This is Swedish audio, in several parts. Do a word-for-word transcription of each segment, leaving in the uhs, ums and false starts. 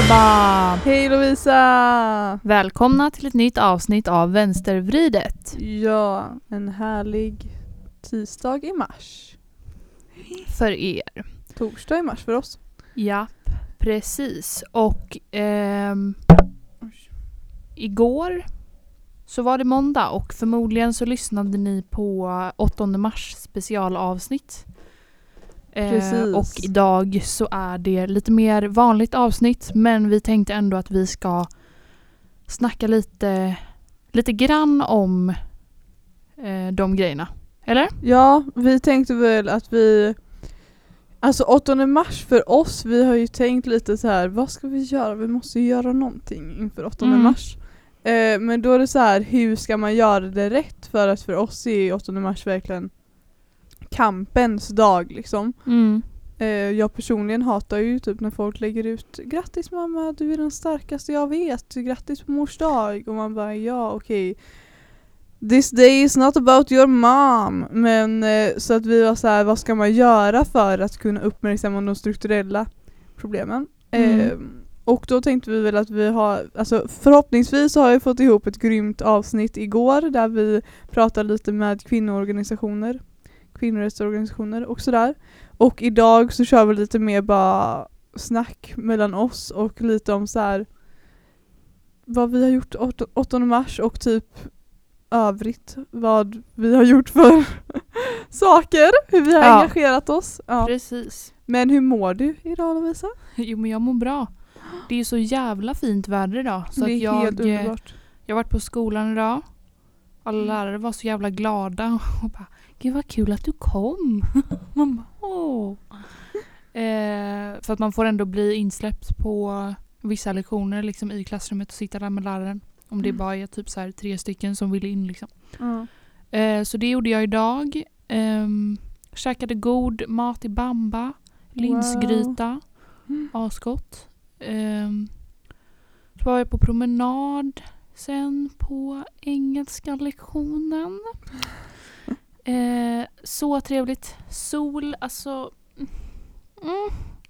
Alba! Hej Lovisa! Välkomna till ett nytt avsnitt av Vänstervridet. Ja, en härlig tisdag i mars. För er. Torsdag i mars för oss. Ja, precis. Och ehm, igår så var det måndag och förmodligen så lyssnade ni på åttonde mars specialavsnitt. Precis. Och idag så är det lite mer vanligt avsnitt, men vi tänkte ändå att vi ska snacka lite, lite grann om eh, de grejerna. Eller? Ja, vi tänkte väl att vi... Alltså åttonde mars för oss, vi har ju tänkt lite så här: vad ska vi göra? Vi måste ju göra någonting inför åttonde Mm. mars. Eh, men då är det så här, hur ska man göra det rätt? För att för oss är åttonde mars verkligen kampens dag liksom. Mm. Eh, jag personligen hatar ju typ när folk lägger ut grattis mamma, du är den starkaste jag vet, grattis på mors dag, och man bara ja okej okay. This day is not about your mom. Men eh, så att vi var så här, vad ska man göra för att kunna uppmärksamma de strukturella problemen? Mm. Eh, och då tänkte vi väl att vi har, alltså förhoppningsvis har jag fått ihop ett grymt avsnitt igår där vi pratade lite med kvinnoorganisationer kvinnorättsorganisationer och sådär. Och idag så kör vi lite mer bara snack mellan oss och lite om så här vad vi har gjort åttonde mars och typ övrigt vad vi har gjort för saker, hur vi har Ja. engagerat oss. Ja. Precis. Men hur mår du idag Lovisa? Jo, men jag mår bra. Det är ju så jävla fint väder idag. Så det att är jag, helt underbart. Jag har varit på skolan idag. Alla lärare var så jävla glada och bara, gud vad kul att du kom. Man bara, åh. Eh, för att man får ändå bli insläppt på vissa lektioner liksom i klassrummet och sitta där med läraren. Om det bara är typ så här tre stycken som vill in liksom. Mm. Eh, så det gjorde jag idag. Eh, käkade god mat i bamba. Linsgryta. Mm. Asgott. Eh, så var jag på promenad. Sen på engelska lektionen. Eh, så trevligt. Sol, alltså... Mm.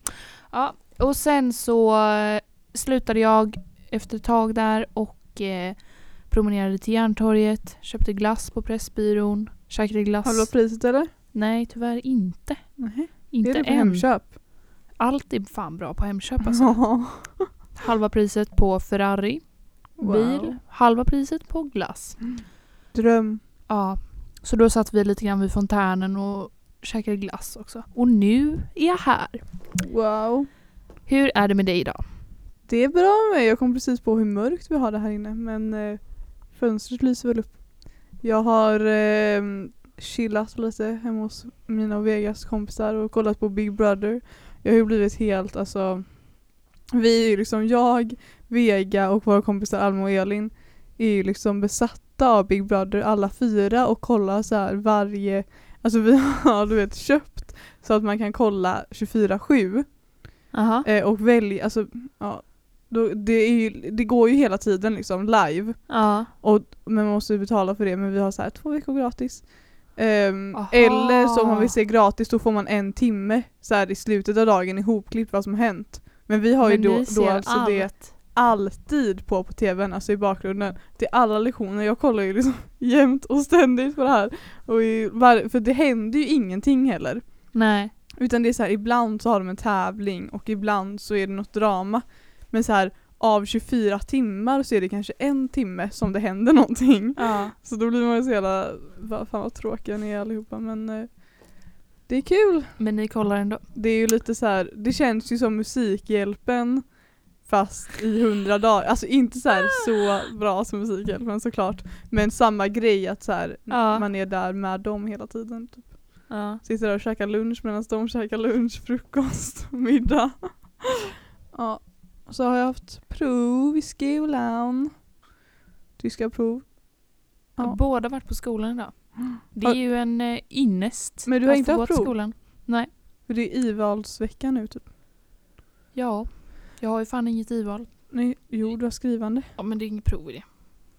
Ja, och sen så eh, slutade jag efter ett tag där och eh, promenerade till Järntorget. Köpte glass på Pressbyrån. Käkade glass. Halva priset eller? Nej, tyvär inte. Nej. Inte Är det på än. Hemköp? Allt är fan bra på Hemköp alltså. Ja. Halva priset på Ferrari. Wow. Bil. Halva priset på glass. Dröm. Ja, så då satt vi lite grann vid fontänen och käkade glass också. Och nu är jag här. Wow. Hur är det med dig idag? Det är bra med mig. Jag kom precis på hur mörkt vi har det här inne. Men eh, fönstret lyser väl upp. Jag har eh, chillat lite hemma hos mina och Vegas kompisar och kollat på Big Brother. Jag har ju blivit helt, alltså... Vi är ju liksom, jag, Vega och våra kompisar Alma och Elin är ju liksom besatta av Big Brother, alla fyra, och kollar så här varje... Alltså vi har, du vet, köpt så att man kan kolla tjugofyra sju. Aha. Eh, och välja, alltså, ja, då, det, är ju, det går ju hela tiden liksom live. Ja. Och, men man måste ju betala för det, men vi har så här två veckor gratis. Um, Aha. eller så om man vill se gratis, då får man en timme så här i slutet av dagen ihopklippt vad som har hänt. Men vi har Men ju då, ni då ser alltså allt. det alltid på på tvn, alltså i bakgrunden. Till alla lektioner, jag kollar ju liksom jämt och ständigt på det här. Och i var, för det händer ju ingenting heller. Nej. Utan det är så här, ibland så har de en tävling och ibland så är det något drama. Men så här, av tjugofyra timmar så är det kanske en timme som det händer någonting. Ja. Så då blir man ju så jävla, vad fan vad tråkiga ni är allihopa, men eh, det är kul. Men ni kollar ändå. Det är ju lite så här, det känns ju som Musikhjälpen fast i hundra dagar. Alltså inte så här så bra som Musikhjälpen såklart, men samma grej att så här, Ja. man är där med dem hela tiden typ. Ja. Sitter där och käkar lunch medan de käkar lunch, frukost, middag. Ja, så har jag haft prov i skolan. Tyska prov. Har Ja. båda varit på skolan idag. Det är Har- ju en eh, innest. Men du har att inte få haft gå till prov? skolan. Nej. För det är ivalsvecka nu typ. Ja. Jag har ju fan inget ival. Nej, jo, du har skrivande. Ja, men det är inget prov i det.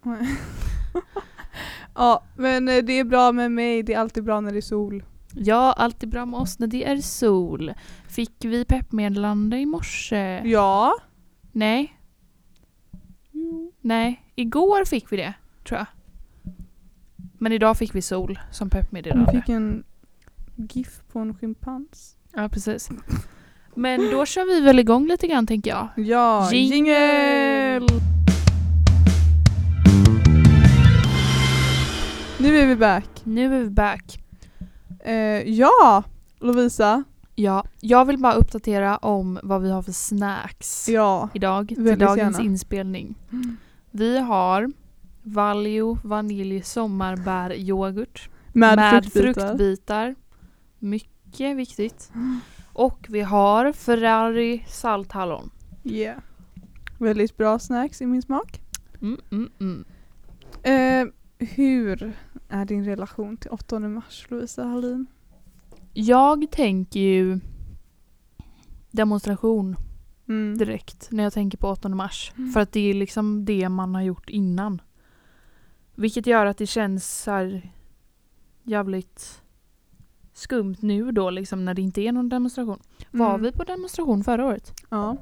Ja, men eh, det är bra med mig. Det är alltid bra när det är sol. Ja, allt är bra med oss när det är sol. Fick vi peppmeddelande i morse? Ja. Nej. Jo. Nej, igår fick vi det, tror jag. Men idag fick vi sol som Vi peppmeddelande. fick en gif på en schimpans. Ja, precis. Men då kör vi väl igång lite grann, tänker jag. Ja, jingel! Nu är vi back. Nu är vi back. Eh, ja, Lovisa. Ja, jag vill bara uppdatera om vad vi har för snacks Ja, idag till väldigt dagens gärna. inspelning. Vi har Valio vanilj sommarbär yoghurt med, med fruktbitar. fruktbitar. Mycket viktigt. Och vi har Ferrari salthallon. Yeah. Väldigt bra snacks i min smak. Mm, mm, mm. Eh, hur är din relation till åttonde mars, Lovisa Hallin? Jag tänker ju demonstration Mm. direkt när jag tänker på åttonde mars. Mm. För att det är liksom det man har gjort innan. Vilket gör att det känns så här jävligt skumt nu då liksom när det inte är någon demonstration. Var Mm. vi på demonstration förra året? Ja.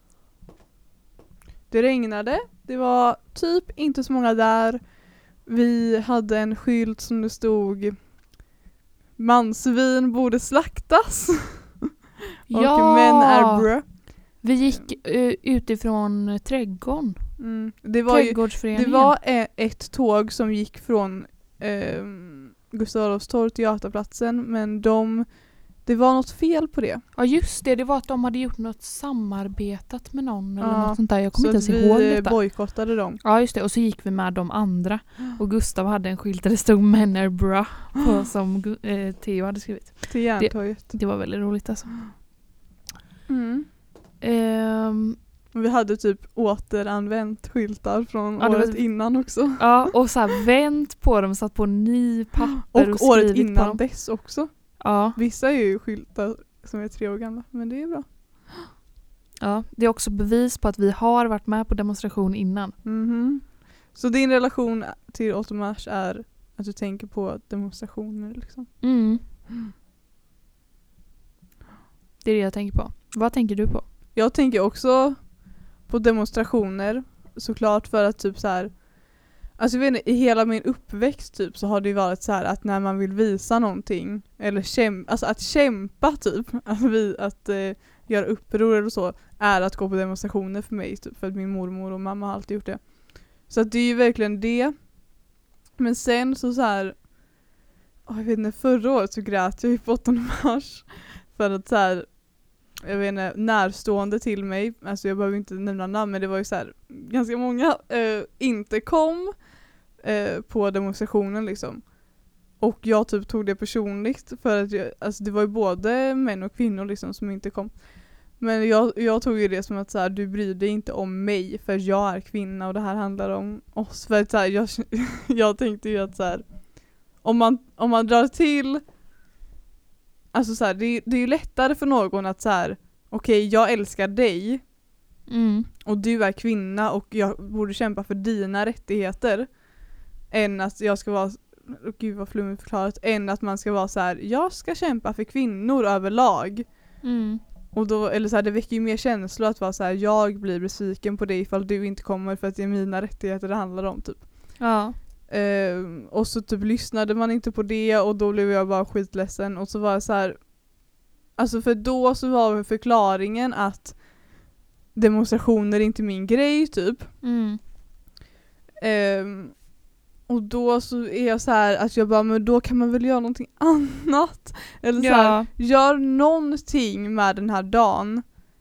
Det regnade. Det var typ inte så många där. Vi hade en skylt som det stod mansvin borde slaktas. Och män är brö. Vi gick uh, utifrån trädgården. Mm. Det var ju, Trädgårdsföreningen. det var e- ett tåg som gick från eh, Gustav Adolfs torg till Götaplatsen, men de det var något fel på det. Ja just det, det var att de hade gjort något samarbetat med någon eller Ja, något sånt där. Jag kommer Så inte att ens ihåg vi detta. bojkottade dem. Ja just det, och så gick vi med de andra. Och Gustav hade en skylt där det stod Men är bra på, som Gu- eh, Theo hade skrivit. Till Järntorget. Det var väldigt roligt alltså. Mm. Ehm, Och vi hade typ återanvänt skyltar från Ja, det var- året innan också. ja, och så här vänt på dem, satt på ny papper och, Och skrivit året på innan dem. dess också. Ja, Vissa är ju skyltar som är tre år gamla, men det är bra. ja, det är också bevis på att vi har varit med på demonstration innan. Mhm. Så din relation till åttonde mars är att du tänker på demonstrationer liksom? Mm. Det är det jag tänker på. Vad tänker du på? Jag tänker också på demonstrationer, såklart, för att typ så här, alltså jag vet inte, i hela min uppväxt typ så har det ju varit så här att när man vill visa någonting eller kämpa, alltså att kämpa typ, att, vi, att eh, göra uppror eller så, är att gå på demonstrationer för mig typ, för att min mormor och mamma har alltid gjort det. Så att det är ju verkligen det. Men sen så så här, åh, jag vet inte, förra året så grät jag ju på åttonde mars för att så här, jag vet inte, närstående till mig, alltså jag behöver inte nämna namn, men det var ju så här, ganska många eh, inte kom eh, på demonstrationen liksom. Och jag typ tog det personligt för att jag, alltså det var ju både män och kvinnor liksom som inte kom. Men jag, jag tog ju det som att så här, du bryr dig inte om mig för jag är kvinna och det här handlar om oss. För att så här, jag, jag tänkte ju att så här, om man, om man drar till, alltså så här, det, det är ju lättare för någon att så här, okej, okay, jag älskar dig Mm. och du är kvinna och jag borde kämpa för dina rättigheter, än att jag ska vara, oh, gud vad flummigt förklarat, än att man ska vara så här, jag ska kämpa för kvinnor överlag. Mm. Och då, eller så här, det väcker ju mer känslor att vara så här, jag blir besviken på dig ifall du inte kommer för att det är mina rättigheter det handlar om typ. Ja. Uh, och så typ lyssnade man inte på det och då blev jag bara skitledsen och så var jag så här, alltså för då så var förklaringen att demonstrationer är inte min grej typ. Mm. Um, och då så är jag så här att jag bara, men då kan man väl göra någonting annat eller så här, Ja. gör någonting med den här dagen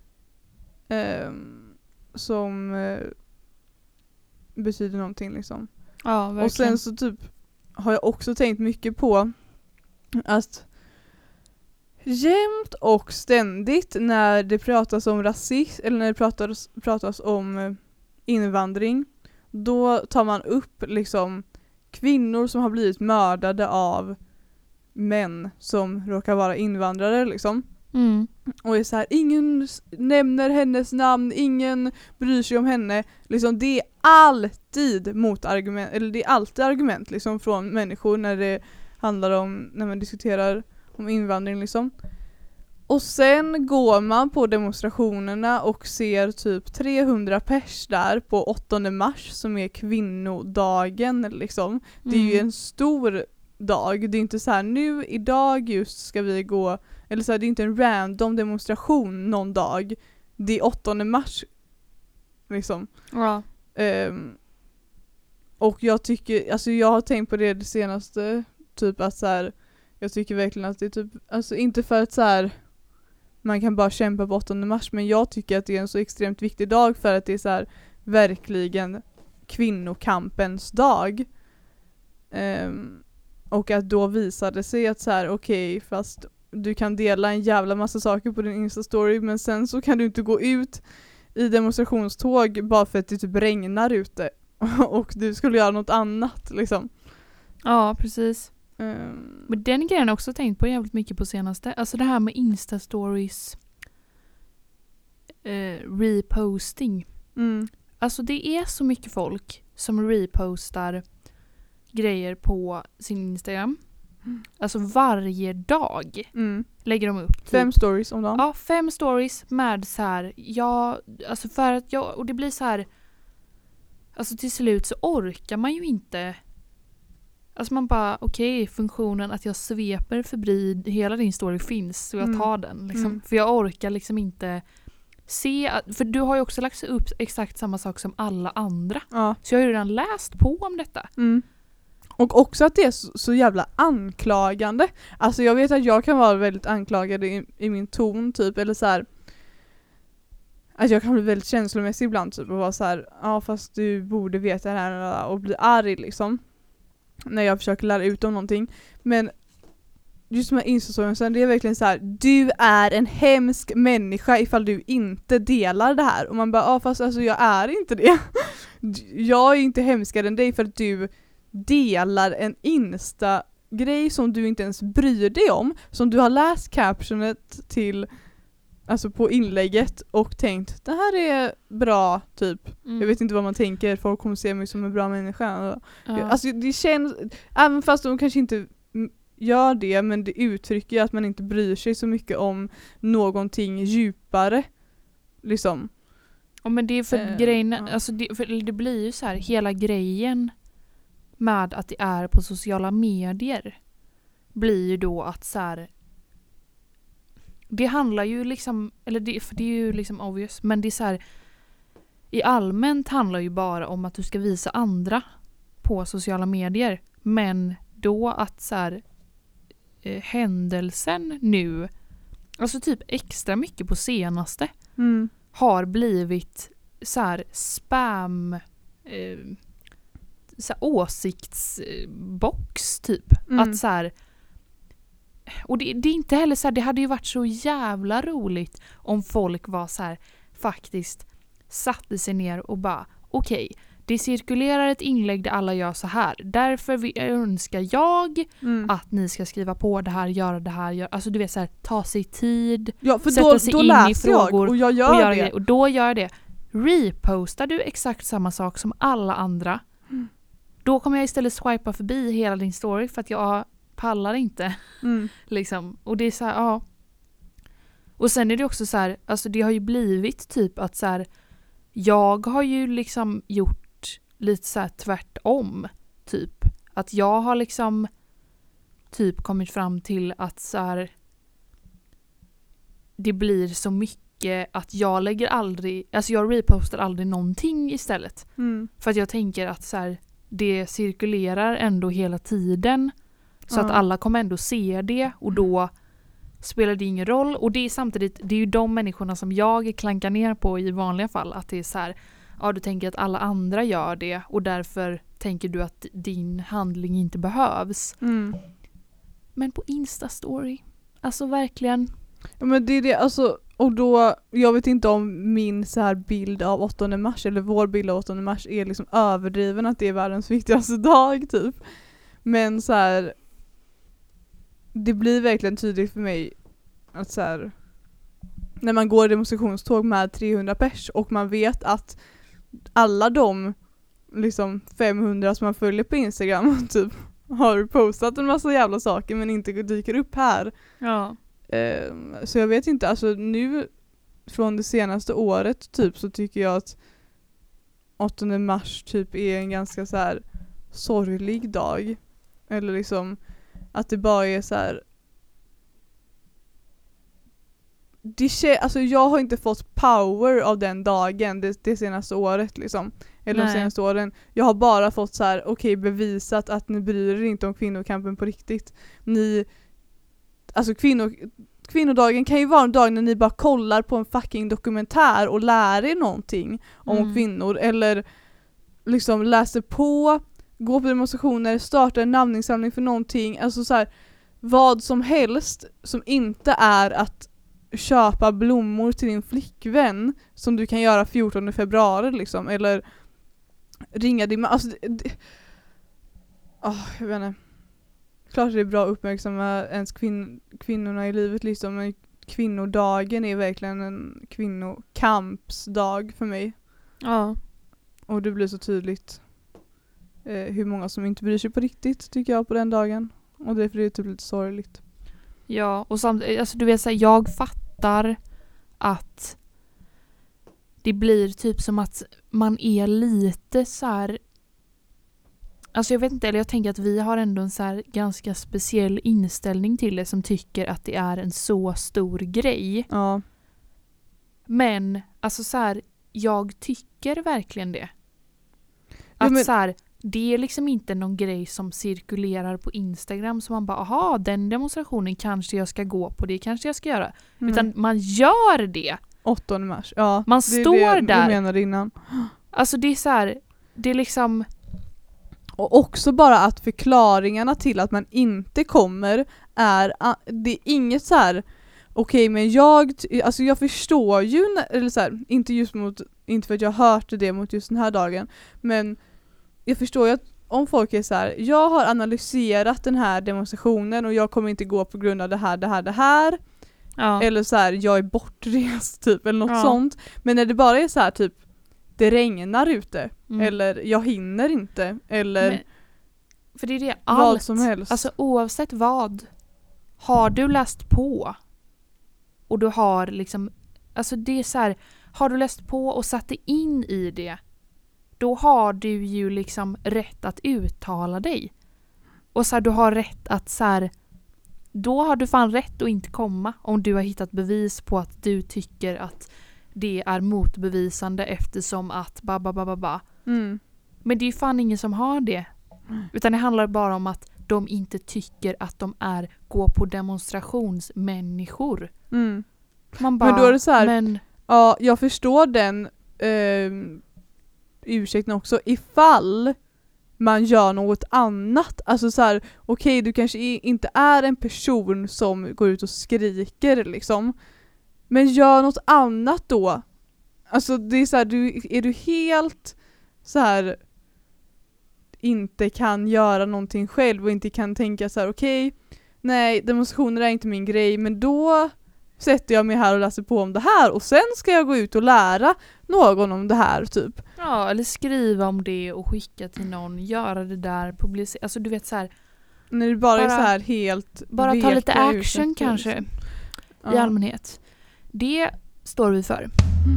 um, som uh, betyder någonting liksom. Ja, verkligen. Och sen så typ har jag också tänkt mycket på att jämt och ständigt när det pratas om rasism eller när det pratas, pratas om invandring, då tar man upp liksom kvinnor som har blivit mördade av män som råkar vara invandrare liksom. Mm. Och är så här, ingen nämner hennes namn, ingen bryr sig om henne. Liksom, det är alltid motargument, eller det är alltid argument liksom, från människor när det handlar om, när man diskuterar om invandring liksom. Och sen går man på demonstrationerna och ser typ trehundra pers där på åttonde mars som är kvinnodagen liksom. Det är ju en stor dag. Det är inte så här nu idag just ska vi gå, eller så här, det är inte en random demonstration någon dag. Det är åttonde mars liksom. Ja. Um, och jag tycker, alltså jag har tänkt på det det senaste typ att så här, jag tycker verkligen att det är typ, alltså inte för att så här man kan bara kämpa på åttonde mars, men jag tycker att det är en så extremt viktig dag för att det är så här verkligen kvinnokampens dag. Um, och att då visade sig att så här okej, okay, fast du kan dela en jävla massa saker på din Insta-story, men sen så kan du inte gå ut i demonstrationståg bara för att det typ regnar ute och du skulle göra något annat liksom. Ja, precis. Um, Men den grejen har jag också tänkt på jävligt mycket på senaste. Alltså det här med Insta-stories eh, reposting. mm. Alltså det är så mycket folk som repostar grejer på sin Instagram. Mm. Alltså varje dag Mm. lägger de upp. Typ. Fem stories om dagen. Ja, fem stories med så här, ja, alltså för att jag, och det blir så här, alltså till slut så orkar man ju inte. Alltså man bara, okej, okay, funktionen att jag sveper förbi hela din story finns så jag Mm. tar den. Liksom. Mm. För jag orkar liksom inte se, för du har ju också lagt upp exakt samma sak som alla andra. Ja. Så jag har ju redan läst på om detta. Mm. Och också att det är så, så jävla anklagande. Alltså jag vet att jag kan vara väldigt anklagande i, i min ton typ, eller så här. Att jag kan bli väldigt känslomässig ibland typ och vara så här, ja fast du borde veta det här och bli arg liksom. När jag försöker lära ut om någonting. Men just med Insta-storyn, det är verkligen så här: du är en hemsk människa ifall du inte delar det här. Och man bara, ja fast alltså jag är inte det. Jag är inte hemskare än dig för att du delar en Insta-grej som du inte ens bryr dig om. Som du har läst captionet till, alltså på inlägget och tänkt, det här är bra typ. Mm. Jag vet inte vad man tänker, folk kommer se mig som en bra människa. Ja. Alltså det känns, även fast de kanske inte gör det, men det uttrycker att man inte bryr sig så mycket om någonting djupare liksom. Ja, men det är för eh, grejen, ja. alltså det, för det blir ju så här, hela grejen med att det är på sociala medier blir ju då att så här, det handlar ju liksom, eller det, för det är ju liksom obvious, men det är så här, i allmänt handlar ju bara om att du ska visa andra på sociala medier, men då att så här, eh, händelsen nu, alltså typ extra mycket på senaste, Mm. har blivit så här spam eh, så här åsiktsbox typ. Mm. Att så här, och det, det är inte heller så här, det hade ju varit så jävla roligt om folk var så här, faktiskt satte sig ner och bara okej, okay, det cirkulerar ett inlägg där alla gör så här. Därför vi önskar jag Mm. att ni ska skriva på det här, göra det här, göra, alltså du vet så här, ta sig tid, Ja, för sätta då, sig då in läser i frågor jag och jag gör och, göra det. det. Och då gör jag det. Repostar du exakt samma sak som alla andra, Mm. då kommer jag istället swipa förbi hela din story för att jag pallar inte. Mm. Liksom. Och det är så här, ja. Och sen är det också så här, alltså det har ju blivit typ att så här, jag har ju liksom gjort lite så här tvärtom typ. Att jag har liksom typ kommit fram till att så här, det blir så mycket att jag lägger aldrig, alltså jag repostar aldrig någonting istället. Mm. För att jag tänker att så här, det cirkulerar ändå hela tiden. Så Ja. att alla kommer ändå se det och då spelar det ingen roll. Och det är samtidigt, det är ju de människorna som jag klankar ner på i vanliga fall. Att det är så här, ja du tänker att alla andra gör det och därför tänker du att din handling inte behövs. Mm. Men på Insta-story, alltså verkligen. Ja, men det är det, alltså, och då, jag vet inte om min så här bild av åttonde mars eller vår bild av åttonde mars är liksom överdriven att det är världens viktigaste dag typ. Men så här, det blir verkligen tydligt för mig att så här, när man går i demonstrationståg med trehundra pers och man vet att alla de liksom femhundra som man följer på Instagram typ har postat en massa jävla saker men inte dyker upp här. Ja. Eh, så jag vet inte, alltså nu från det senaste året typ så tycker jag att åttonde mars typ är en ganska så här sorglig dag. Eller liksom att det bara är så här. Det kä- alltså jag har inte fått power av den dagen det, det senaste året liksom. Eller Nej. de senaste åren. Jag har bara fått så här, okej, okay, bevisat att ni bryr er inte om kvinnokampen på riktigt. Ni, alltså kvinnor, kvinnodagen kan ju vara en dag när ni bara kollar på en fucking dokumentär och lär er någonting om Mm. kvinnor. Eller liksom läser på, går på demonstrationer, startar en namninsamling för någonting. Alltså så här, vad som helst som inte är att köpa blommor till din flickvän som du kan göra fjortonde februari liksom, eller ringa din ma- alltså det, det, oh, jag vet inte. Klart det är bra att uppmärksamma ens kvin- kvinnorna i livet liksom, men kvinnodagen är verkligen en kvinnokampsdag för mig. Ja. Och det blir så tydligt eh, hur många som inte bryr sig på riktigt tycker jag på den dagen. Och därför är det typ lite sorgligt. Ja, och samtidigt, alltså du vet så här, jag fattar att det blir typ som att man är lite så här. Alltså jag vet inte, eller jag tänker att vi har ändå en så här ganska speciell inställning till det som tycker att det är en så stor grej. Ja. Men alltså så här, jag tycker verkligen det. Att Ja, men- så här, det är liksom inte någon grej som cirkulerar på Instagram som man bara, aha, den demonstrationen kanske jag ska gå på, det kanske jag ska göra. Mm. Utan man gör det. åttonde mars, ja. Man det är står det där. Du menade innan. Alltså det är så här, det är liksom, Och också bara att förklaringarna till att man inte kommer är, det är inget så här. Okej, okay, men jag, alltså jag förstår ju, eller så här, inte just mot, inte för att jag har hört det mot just den här dagen, men jag förstår ju att om folk är så här, jag har analyserat den här demonstrationen och jag kommer inte gå på grund av det här, det här, det här. ja. Eller så här, jag är bortrest typ, eller något Ja. sånt. Men när det bara är så här typ, det regnar ute, Mm. eller jag hinner inte, eller Men, för det är det, vad allt, som helst. alltså oavsett vad, har du läst på och du har liksom, alltså det är så här, har du läst på och satt dig in i det, då har du ju liksom rätt att uttala dig. Och så här, du har rätt att så här, då har du fan rätt att inte komma om du har hittat bevis på att du tycker att det är motbevisande eftersom att ba ba ba ba ba. Mm. Men det är ju fan ingen som har det. Utan det handlar bara om att de inte tycker att de är gå på demonstrationsmänniskor. Mm. Man bara, Men då är det så här, men ja, jag förstår den eh, ursäkten också ifall man gör något annat. Alltså så här, okej, okay, du kanske är, inte är en person som går ut och skriker liksom. Men gör något annat då. Alltså det är så här, du, är du helt så här inte kan göra någonting själv och inte kan tänka så här, okej, okay, nej, demonstrationer är inte min grej, men då sätter jag mig här och läser på om det här och sen ska jag gå ut och lära någon om det här typ. ja, eller skriva om det och skicka till någon, göra det där, publicera, alltså du vet så här, När det bara, bara är så här helt bara ta lite veka action ursäkter, kanske liksom. i Ja. allmänhet. Det står vi för.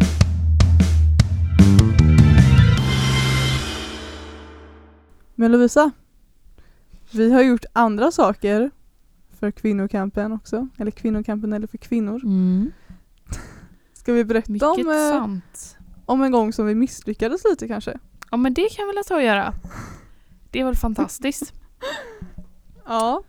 Men Lovisa, vi har gjort andra saker för kvinnokampen också. Eller kvinnokampen eller för kvinnor. Mm. Ska vi berätta Mycket om, eh, sant. om en gång som vi misslyckades lite kanske? Ja, men det kan vi väl ta och göra. Det är väl fantastiskt. Ja.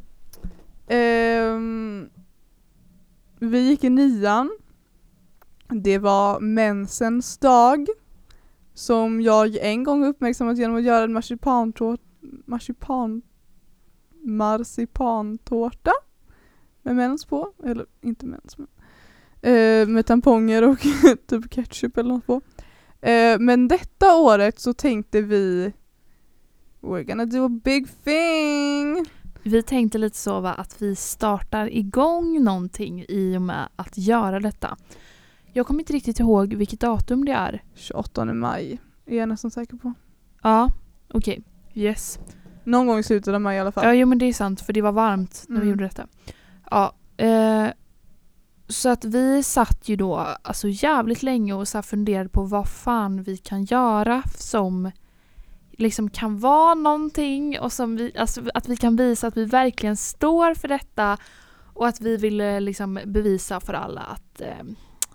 Ehm, vi gick i nian. Det var mensens dag. Som jag en gång uppmärksammat genom att göra en marsipantårta. Marsipan, marsipantårta. Med mens på. Eller inte mens men. Eh, med tamponger och typ ketchup eller något på. Eh, men detta året så tänkte vi we're gonna do a big thing. Vi tänkte lite så va, att vi startar igång någonting i och med att göra detta. Jag kommer inte riktigt ihåg vilket datum det är. tjugoåttonde maj är jag nästan säker på. Ja, okej. Okay. Yes. Någon gång i slutet av maj i alla fall. Ja, jo, men det är sant för det var varmt när Mm. vi gjorde detta. Ja, Eh, så att vi satt ju då alltså jävligt länge och så här funderade på vad fan vi kan göra som liksom kan vara någonting och som vi, alltså att vi kan visa att vi verkligen står för detta och att vi ville liksom bevisa för alla att eh,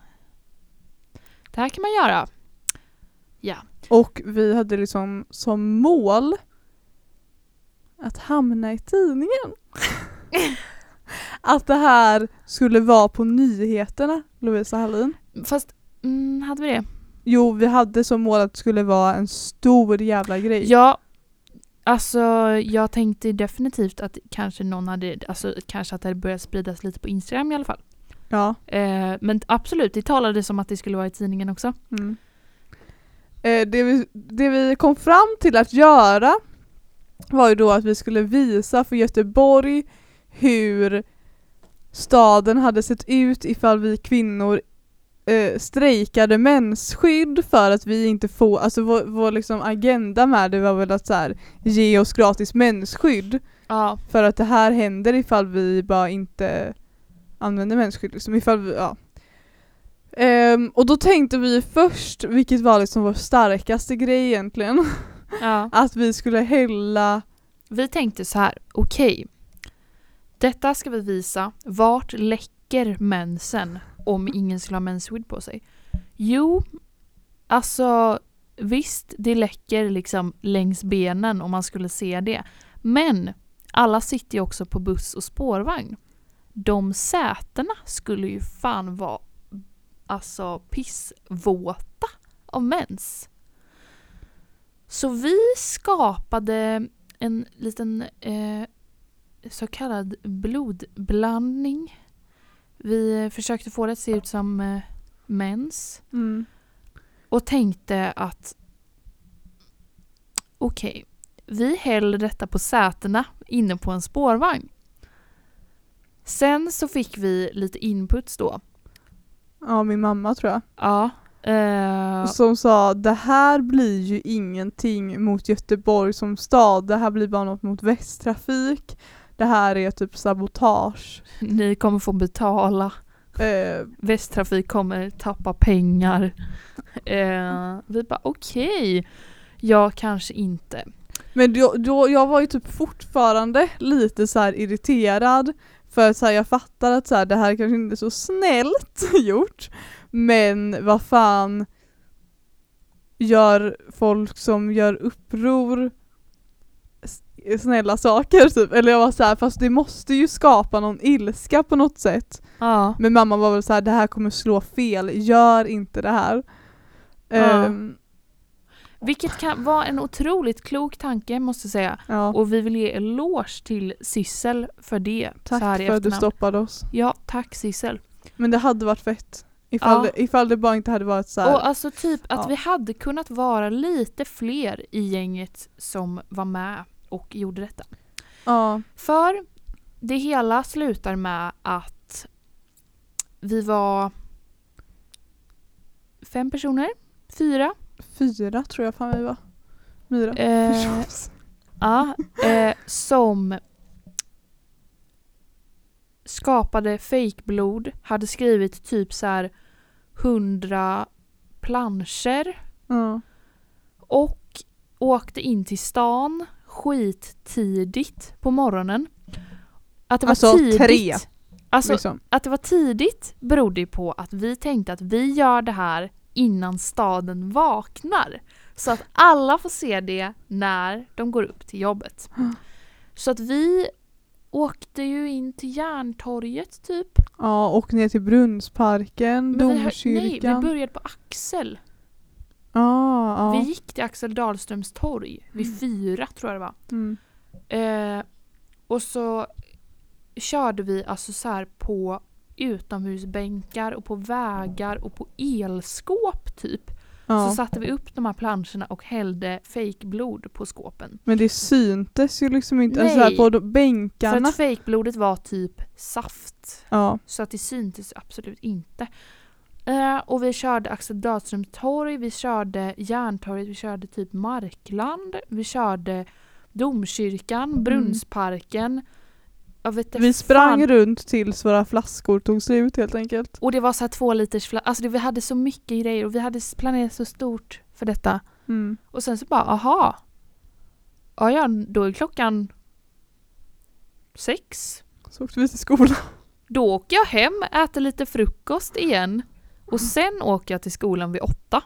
det här kan man göra. Ja. Och vi hade liksom som mål att hamna i tidningen. Att det här skulle vara på nyheterna, Lovisa Hallin. Fast, mm, hade vi det? Jo, vi hade som mål att det skulle vara en stor jävla grej. Ja, alltså jag tänkte definitivt att kanske någon hade, alltså kanske att det hade börjat spridas lite på Instagram i alla fall. Ja. Eh, men absolut, det talade som att det skulle vara i tidningen också. Mm. Eh, det, vi, det vi kom fram till att göra var ju då att vi skulle visa för Göteborg hur staden hade sett ut ifall vi kvinnor eh, strejkade mensskydd för att vi inte får, alltså vår, vår liksom agenda med det var väl att så här, ge oss gratis mensskydd. Ja. För att det här händer ifall vi bara inte använder mensskydd. Liksom ifall vi, ja. Um, och då tänkte vi först, vilket var liksom vår starkaste grej egentligen, Ja. att vi skulle hälla. Vi tänkte så här, okej. Okay, detta ska vi visa. Vart läcker mensen om ingen skulle ha mensskydd på sig? Jo, alltså visst, det läcker liksom längs benen om man skulle se det. Men alla sitter ju också på buss och spårvagn. De sätena skulle ju fan vara alltså pissvåta av mens. Så vi skapade en liten eh, så kallad blodblandning. Vi försökte få det att se ut som eh, mens. Mm. Och tänkte att okej, okay, vi häller detta på sätena inne på en spårvagn. Sen så fick vi lite inputs då. Ja, min mamma tror jag. Ja. Uh... Som sa, det här blir ju ingenting mot Göteborg som stad. Det här blir bara något mot Västtrafik. Det här är typ sabotage. Ni kommer få betala. Uh... Västtrafik kommer tappa pengar. Uh... Vi bara, okej. Okay. Jag kanske inte. Men då, då, jag var ju typ fortfarande lite så här irriterad. För så här, jag fattar att så här, det här kanske inte är så snällt gjort. Men vad fan gör folk som gör uppror snälla saker typ? Eller jag var så här, fast det måste ju skapa någon ilska på något sätt. Ja. Men mamma var väl så här, det här kommer slå fel. Gör inte det här. Ja. Um, Vilket kan vara en otroligt klok tanke, måste jag säga. Ja. Och vi vill ge eloge till Sissel för det. Tack så här för att du stoppade oss. Ja, tack Sissel. Men det hade varit fett. Ifall, Ja. det, ifall det bara inte hade varit så här. Och alltså typ att Ja. vi hade kunnat vara lite fler i gänget som var med och gjorde detta. Ja. För det hela slutar med att vi var fem personer, fyra. Fyra tror jag fan vi var. Myra. Eh, ja, eh, som skapade fejkblod, hade skrivit typ så här hundra planscher Ja. och åkte in till stan skittidigt på morgonen. Att det var Alltså tidigt. tre. Alltså Liksom. att det var tidigt berodde ju på att vi tänkte att vi gör det här innan staden vaknar. Så att alla får se det när de går upp till jobbet. Mm. Så att vi åkte ju in till Järntorget typ. Ja, och ner till Brunnsparken, Men vi, hö- Domkyrkan. nej, vi började på Axel. Ah, ja. Vi gick till Axel Dahlströms torg vid Mm. fyra tror jag det var. Mm. Eh, och så körde vi alltså så här på utomhusbänkar och på vägar och på elskåp typ. Ja. Så satte vi upp de här planscherna och hällde fejkblod på skåpen. Men det syntes ju liksom inte. Nej. Alltså här på de- För bänkarna. att fejkblodet var typ saft. Ja. Så att det syntes absolut inte. Eh, och vi körde Axel Dahlströms torg, vi körde Järntorget, vi körde typ Markland, vi körde Domkyrkan, Brunnsparken. Jag vet inte Vi sprang fan. runt tills våra flaskor tog slut helt enkelt. Och det var så här två liters flaskor. Alltså det, vi hade så mycket grejer och vi hade planerat så stort för detta. Mm. Och sen så bara, aha. Ja, ja, då är klockan sex. Så åkte vi till skolan. Då åker jag hem, äter lite frukost igen. Och sen åker jag till skolan vid åtta.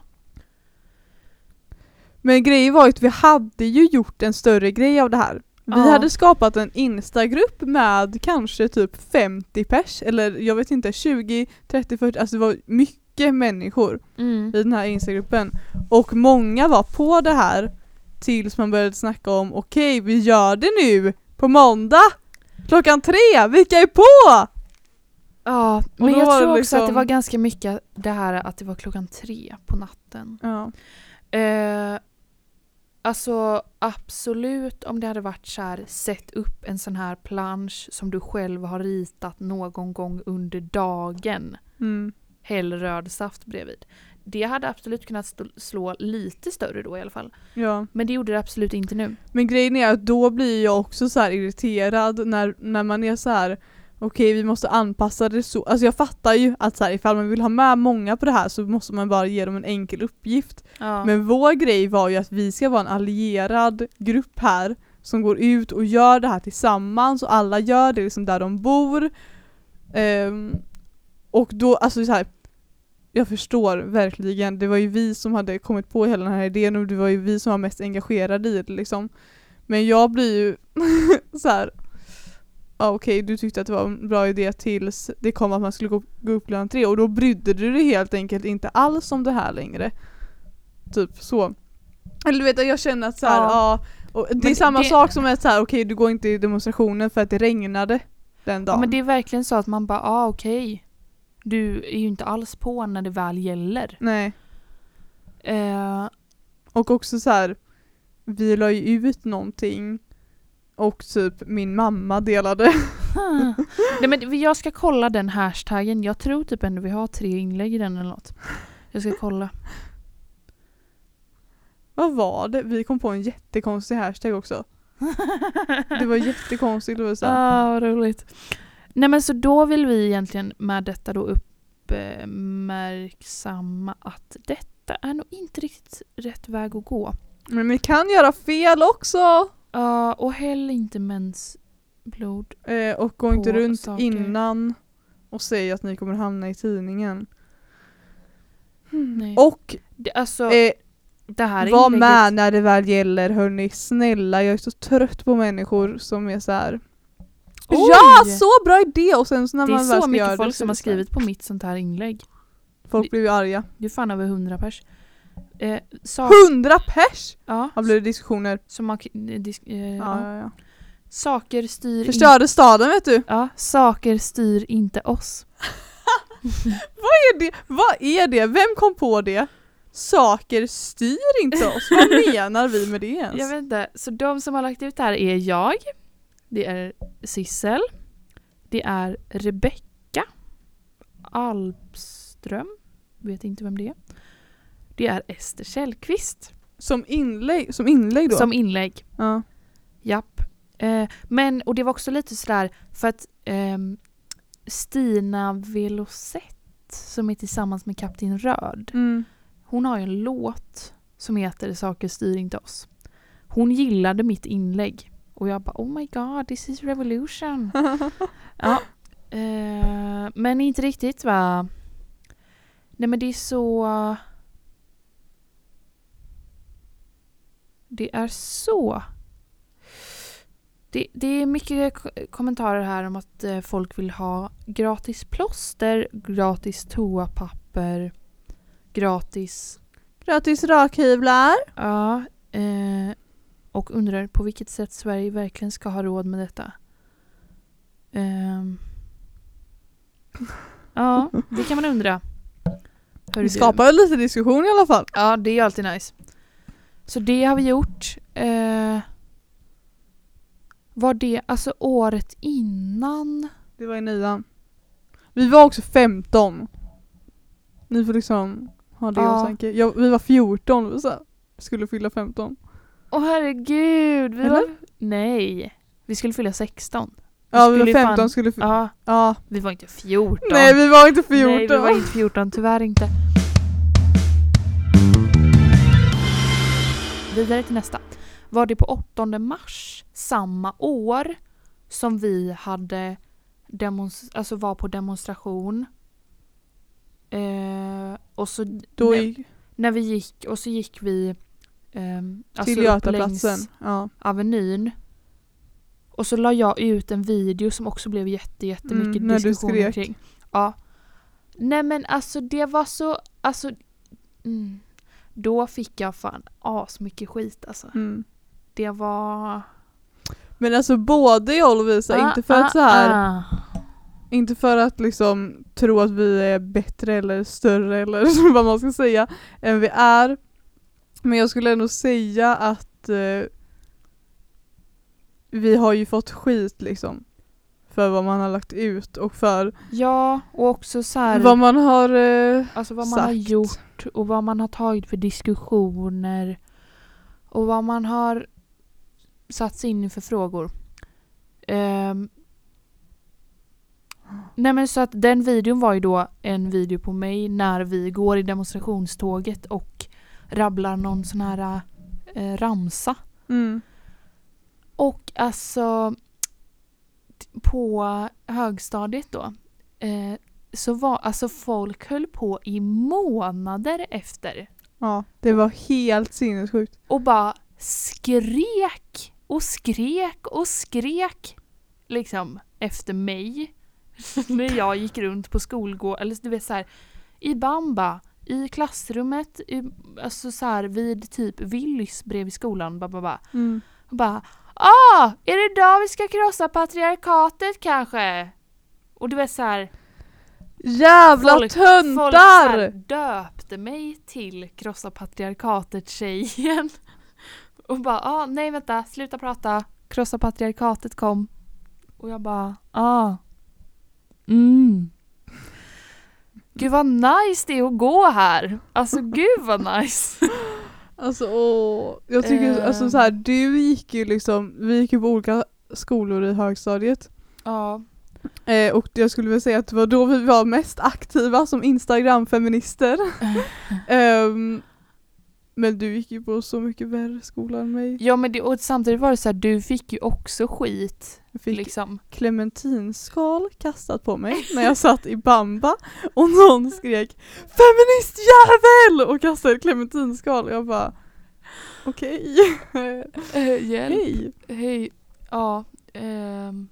Men grejen var ju att vi hade ju gjort en större grej av det här. Vi Ja. hade skapat en Instagrupp med kanske typ femtio pers. Eller jag vet inte, tjugo, trettio, fyrtio. Alltså det var mycket människor Mm. i den här Instagruppen. Och många var på det här tills man började snacka om okej, okay, vi gör det nu på måndag klockan tre. Vilka är på? Ja, Och men då jag var tror det också att det liksom- var ganska mycket det här att det var klockan tre på natten. Ja. Eh, alltså absolut om det hade varit så här, sätt upp en sån här plansch som du själv har ritat någon gång under dagen. Mm. Häll röd saft bredvid. Det hade absolut kunnat stå, slå lite större då i alla fall. Ja. Men det gjorde det absolut inte nu. Men grejen är att då blir jag också så här irriterad när, när man är så här okej, okay, vi måste anpassa det så. Alltså jag fattar ju att så här, ifall man vill ha med många på det här så måste man bara ge dem en enkel uppgift. Ja. Men vår grej var ju att vi ska vara en allierad grupp här som går ut och gör det här tillsammans och alla gör det liksom där de bor. Um, och då, alltså så här, jag förstår verkligen, det var ju vi som hade kommit på hela den här idén och det var ju vi som var mest engagerade i det liksom. Men jag blir ju så här. Ja okej, okay, du tyckte att det var en bra idé tills det kom att man skulle gå, gå upp klockan tre och då brydde du dig helt enkelt inte alls om det här längre. Typ så. Eller du vet, jag känner att så här, ja. ja och det men är samma det... sak som att så här, okej okay, du går inte i demonstrationen för att det regnade den dagen. Ja, men det är verkligen så att man bara, ah okej. Okay. Du är ju inte alls på när det väl gäller. Nej. Eh... Och också så här, vi la ju ut någonting och typ min mamma delade. Nej, men jag ska kolla den hashtaggen. Jag tror typ ändå vi har tre inlägg i den eller något. Jag ska kolla. Vad var det? Vi kom på en jättekonstig hashtag också. Det var jättekonstigt. Det var så här. Ah, vad roligt. Nej, men så då vill vi egentligen med detta då uppmärksamma att detta är nog inte riktigt rätt väg att gå. Men vi kan göra fel också. Ja, uh, och häll inte mensblod. Eh, och gå inte runt saker. innan och säg att ni kommer hamna i tidningen. Hmm. Nej. Och det, alltså, eh, det här var inlägget... med när det väl gäller, hörni. Snälla, jag är så trött på människor som är så här. Oj! Ja, så bra idé! Och sen så när det man är väl så ska göra mycket folk det, som har så är det skrivit på mitt sånt här inlägg. folk blir ju arga. Det är fan över hundra pers. Eh, sak, Hundra pers? ja, Har blivit diskussioner. som har, disk, eh, Ja, ja. ja, ja. Saker styr Förstörde staden, vet du. Ja, saker styr inte oss. Vad är det? Vad är det? Vem kom på det? Saker styr inte oss. Vad menar vi med det ens? Jag vet inte. Så de som har lagt ut det här är jag. Det är Sissel. Det är Rebecka Alpström. Vet inte vem det är. Det är Ester Källqvist. Som inlägg, som inlägg då? Som inlägg. Ja. Japp. Eh, men, och det var också lite sådär för att eh, Stina Velocett som är tillsammans med Kapten Röd. Mm. Hon har ju en låt som heter Saker styr inte oss. Hon gillade mitt inlägg. Och jag bara, oh my god, this is revolution. Ja. Eh, men inte riktigt, va? Nej, men det är så... Det är så... Det, det är mycket k- kommentarer här om att eh, folk vill ha gratis plåster, gratis toapapper, gratis... Gratis rakhyvlar. Ja, eh, och undrar på vilket sätt Sverige verkligen ska ha råd med detta. Um, ja, det kan man undra. Hör Vi du? skapar lite diskussion i alla fall. Ja, det är alltid nice. Så det har vi gjort. Eh, var det alltså året innan? Det var i nian. Vi var också femton. Ni får liksom ha det Ja. i åtanke. Jag, vi var fjorton och så skulle fylla femton. Åh herregud. Vi Eller? var, nej, vi skulle fylla sexton. Ja, vi var skulle ju femton fan- skulle... F- Ja, ja. vi var inte fjorton. Nej, vi var inte fjorton. Nej, vi var inte fjorton, tyvärr inte. Vidare till nästa. Var det på åttonde mars samma år som vi hade demonst- alltså var på demonstration. Eh, och så Då när, gick när vi gick och så gick vi ehm, alltså till upp Götaplatsen. längs Ja. Avenyn. Och så la jag ut en video som också blev jätte, jättemycket Mm, när du diskussion skrek. kring. Ja. Nej men alltså det var så, alltså mm, då fick jag fan as mycket skit alltså. Mm. Det var... Men alltså både jag och Lovisa, Ah, inte för ah, att så här, ah. inte för att liksom tro att vi är bättre eller större eller vad man ska säga än vi är. Men jag skulle ändå säga att eh, vi har ju fått skit liksom för vad man har lagt ut och för Ja, och också så här, vad man har eh, alltså vad man har sagt. gjort och vad man har tagit för diskussioner och vad man har satt sig in i för frågor. Um, nej men så att den videon var ju då en video på mig när vi går i demonstrationståget och rabblar någon sån här eh, ramsa. Mm. Och alltså på högstadiet då eh, så var alltså folk höll på i månader efter Ja, det var helt sinnessjukt. och bara skrek och skrek och skrek liksom efter mig när jag gick runt på skolgården eller du vet så här i Bamba i klassrummet i, alltså så här vid typ Willys bredvid skolan bara bara Mm. och bara ah, är det idag vi ska krossa patriarkatet kanske? Och du vet så här Jävla folk, folk så töntar! här döpte mig till krossa patriarkatet tjejen. Och bara, ah, nej vänta, sluta prata. Krossa patriarkatet kom. Och jag bara, ah. Mm. Gud vad nice det är att gå här. Alltså gud vad nice. Alltså åh, jag tycker Eh. alltså så här, du gick ju liksom, vi gick ju på olika skolor i högstadiet. Ja. Eh, och jag skulle vilja säga att det var då vi var mest aktiva som Instagram-feminister. um, men du gick ju på så mycket värre skola än mig. Ja men det, och samtidigt var det så här, du fick ju också skit. Jag fick Liksom. clementinskal kastat på mig när jag satt i Bamba och någon skrek feministjävel och kastade clementinskal och jag bara okej. Uh, hjälp. Hej. Hej. Ja. ehm.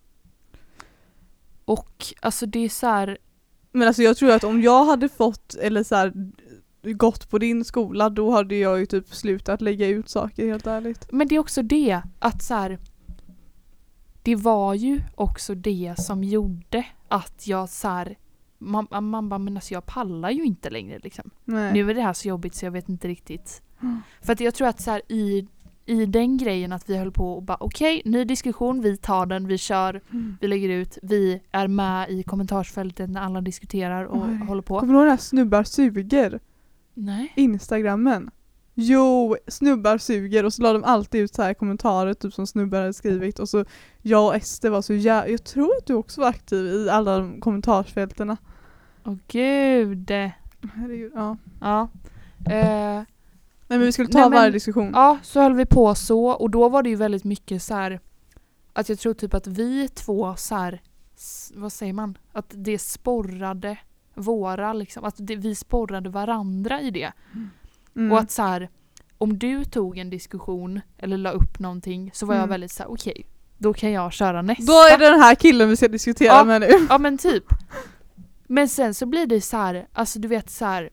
Och alltså det är så här. Men alltså jag tror att om jag hade fått eller så här gått på din skola då hade jag ju typ slutat lägga ut saker helt ärligt. Men det är också det att så här, det var ju också det som gjorde att jag så här, man, man bara men alltså jag pallar ju inte längre liksom. Nej. Nu är det här så jobbigt så jag vet inte riktigt. Mm. För att jag tror att så här i i den grejen att vi höll på och bara okej, okay, ny diskussion, vi tar den, vi kör, Mm. vi lägger ut, vi är med i kommentarsfältet när alla diskuterar och Oj. håller på. Kommer du ihåg den här snubbar suger? Nej. Instagrammen. Jo, snubbar suger och så la de alltid ut så här kommentarer typ som snubbar hade skrivit och så jag och Ester var så jä- jag tror att du också var aktiv i alla de kommentarsfälterna. Åh gud. Herregud, ja. Ja. Eh, Nej men vi skulle ta Nej, men- varje diskussion. ja, så höll vi på så och då var det ju väldigt mycket så här att jag tror typ att vi två så här s- vad säger man? Att det sporrade våra liksom, att det, vi sporrade varandra i det. Mm. Och att så här, om du tog en diskussion eller la upp någonting så var jag Mm. väldigt så här: okej, då kan jag köra nästa. Då är det den här killen vi ska diskutera Ja. med nu. Ja men typ. Men sen så blir det så här, alltså du vet så här,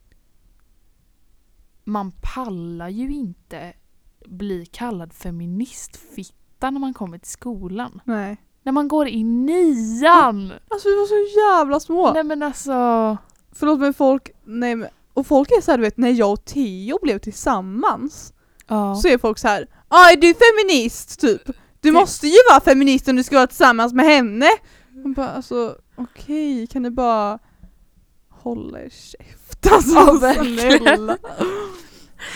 man pallar ju inte bli kallad feministfitta när man kommer till skolan. Nej. När man går i nian. Alltså vi var så jävla små. Nej men alltså. Förlåt men folk, nej men, och folk är så här, du vet, när jag och Theo blev tillsammans Ja. så är folk så här: ah, är du feminist typ? Du Typ. måste ju vara feminist om du ska vara tillsammans med henne. Man bara, alltså okej, kan ni bara hålla er käft? Alltså Ja, verkligen. snälla.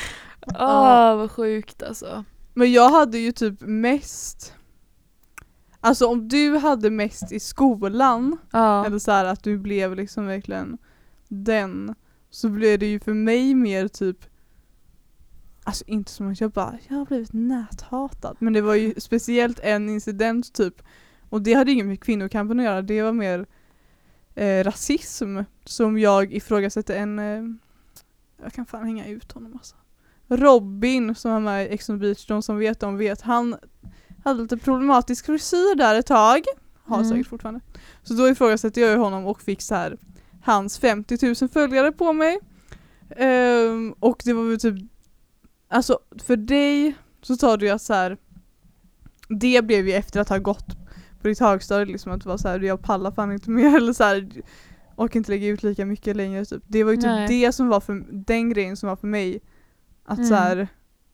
Åh, vad sjukt alltså. Men jag hade ju typ mest, alltså om du hade mest i skolan, Ja. eller så här att du blev liksom verkligen den, så blev det ju för mig mer typ, alltså inte som att jag bara, jag har blivit näthatad, men det var ju speciellt en incident typ, och det hade inget med kvinnokampen att göra, det var mer eh, rasism som jag ifrågasätter en, eh, jag kan fan hänga ut honom alltså. Robin som var med i Ex on the Beach, de som vet de vet, han hade lite problematisk frisyr där ett tag, har Mm. säkert fortfarande. Så då ifrågasätter jag ju honom och fick så här hans femtio tusen följare på mig. Um, och det var väl typ, alltså för dig så tar du ju så här, det blev ju efter att ha gått på ditt högstadie liksom, att det var så här, jag pallar fan inte mer eller så här, och inte lägga ut lika mycket längre typ. Det var ju typ Nej. det som var för den grejen som var för mig, att Mm. så här,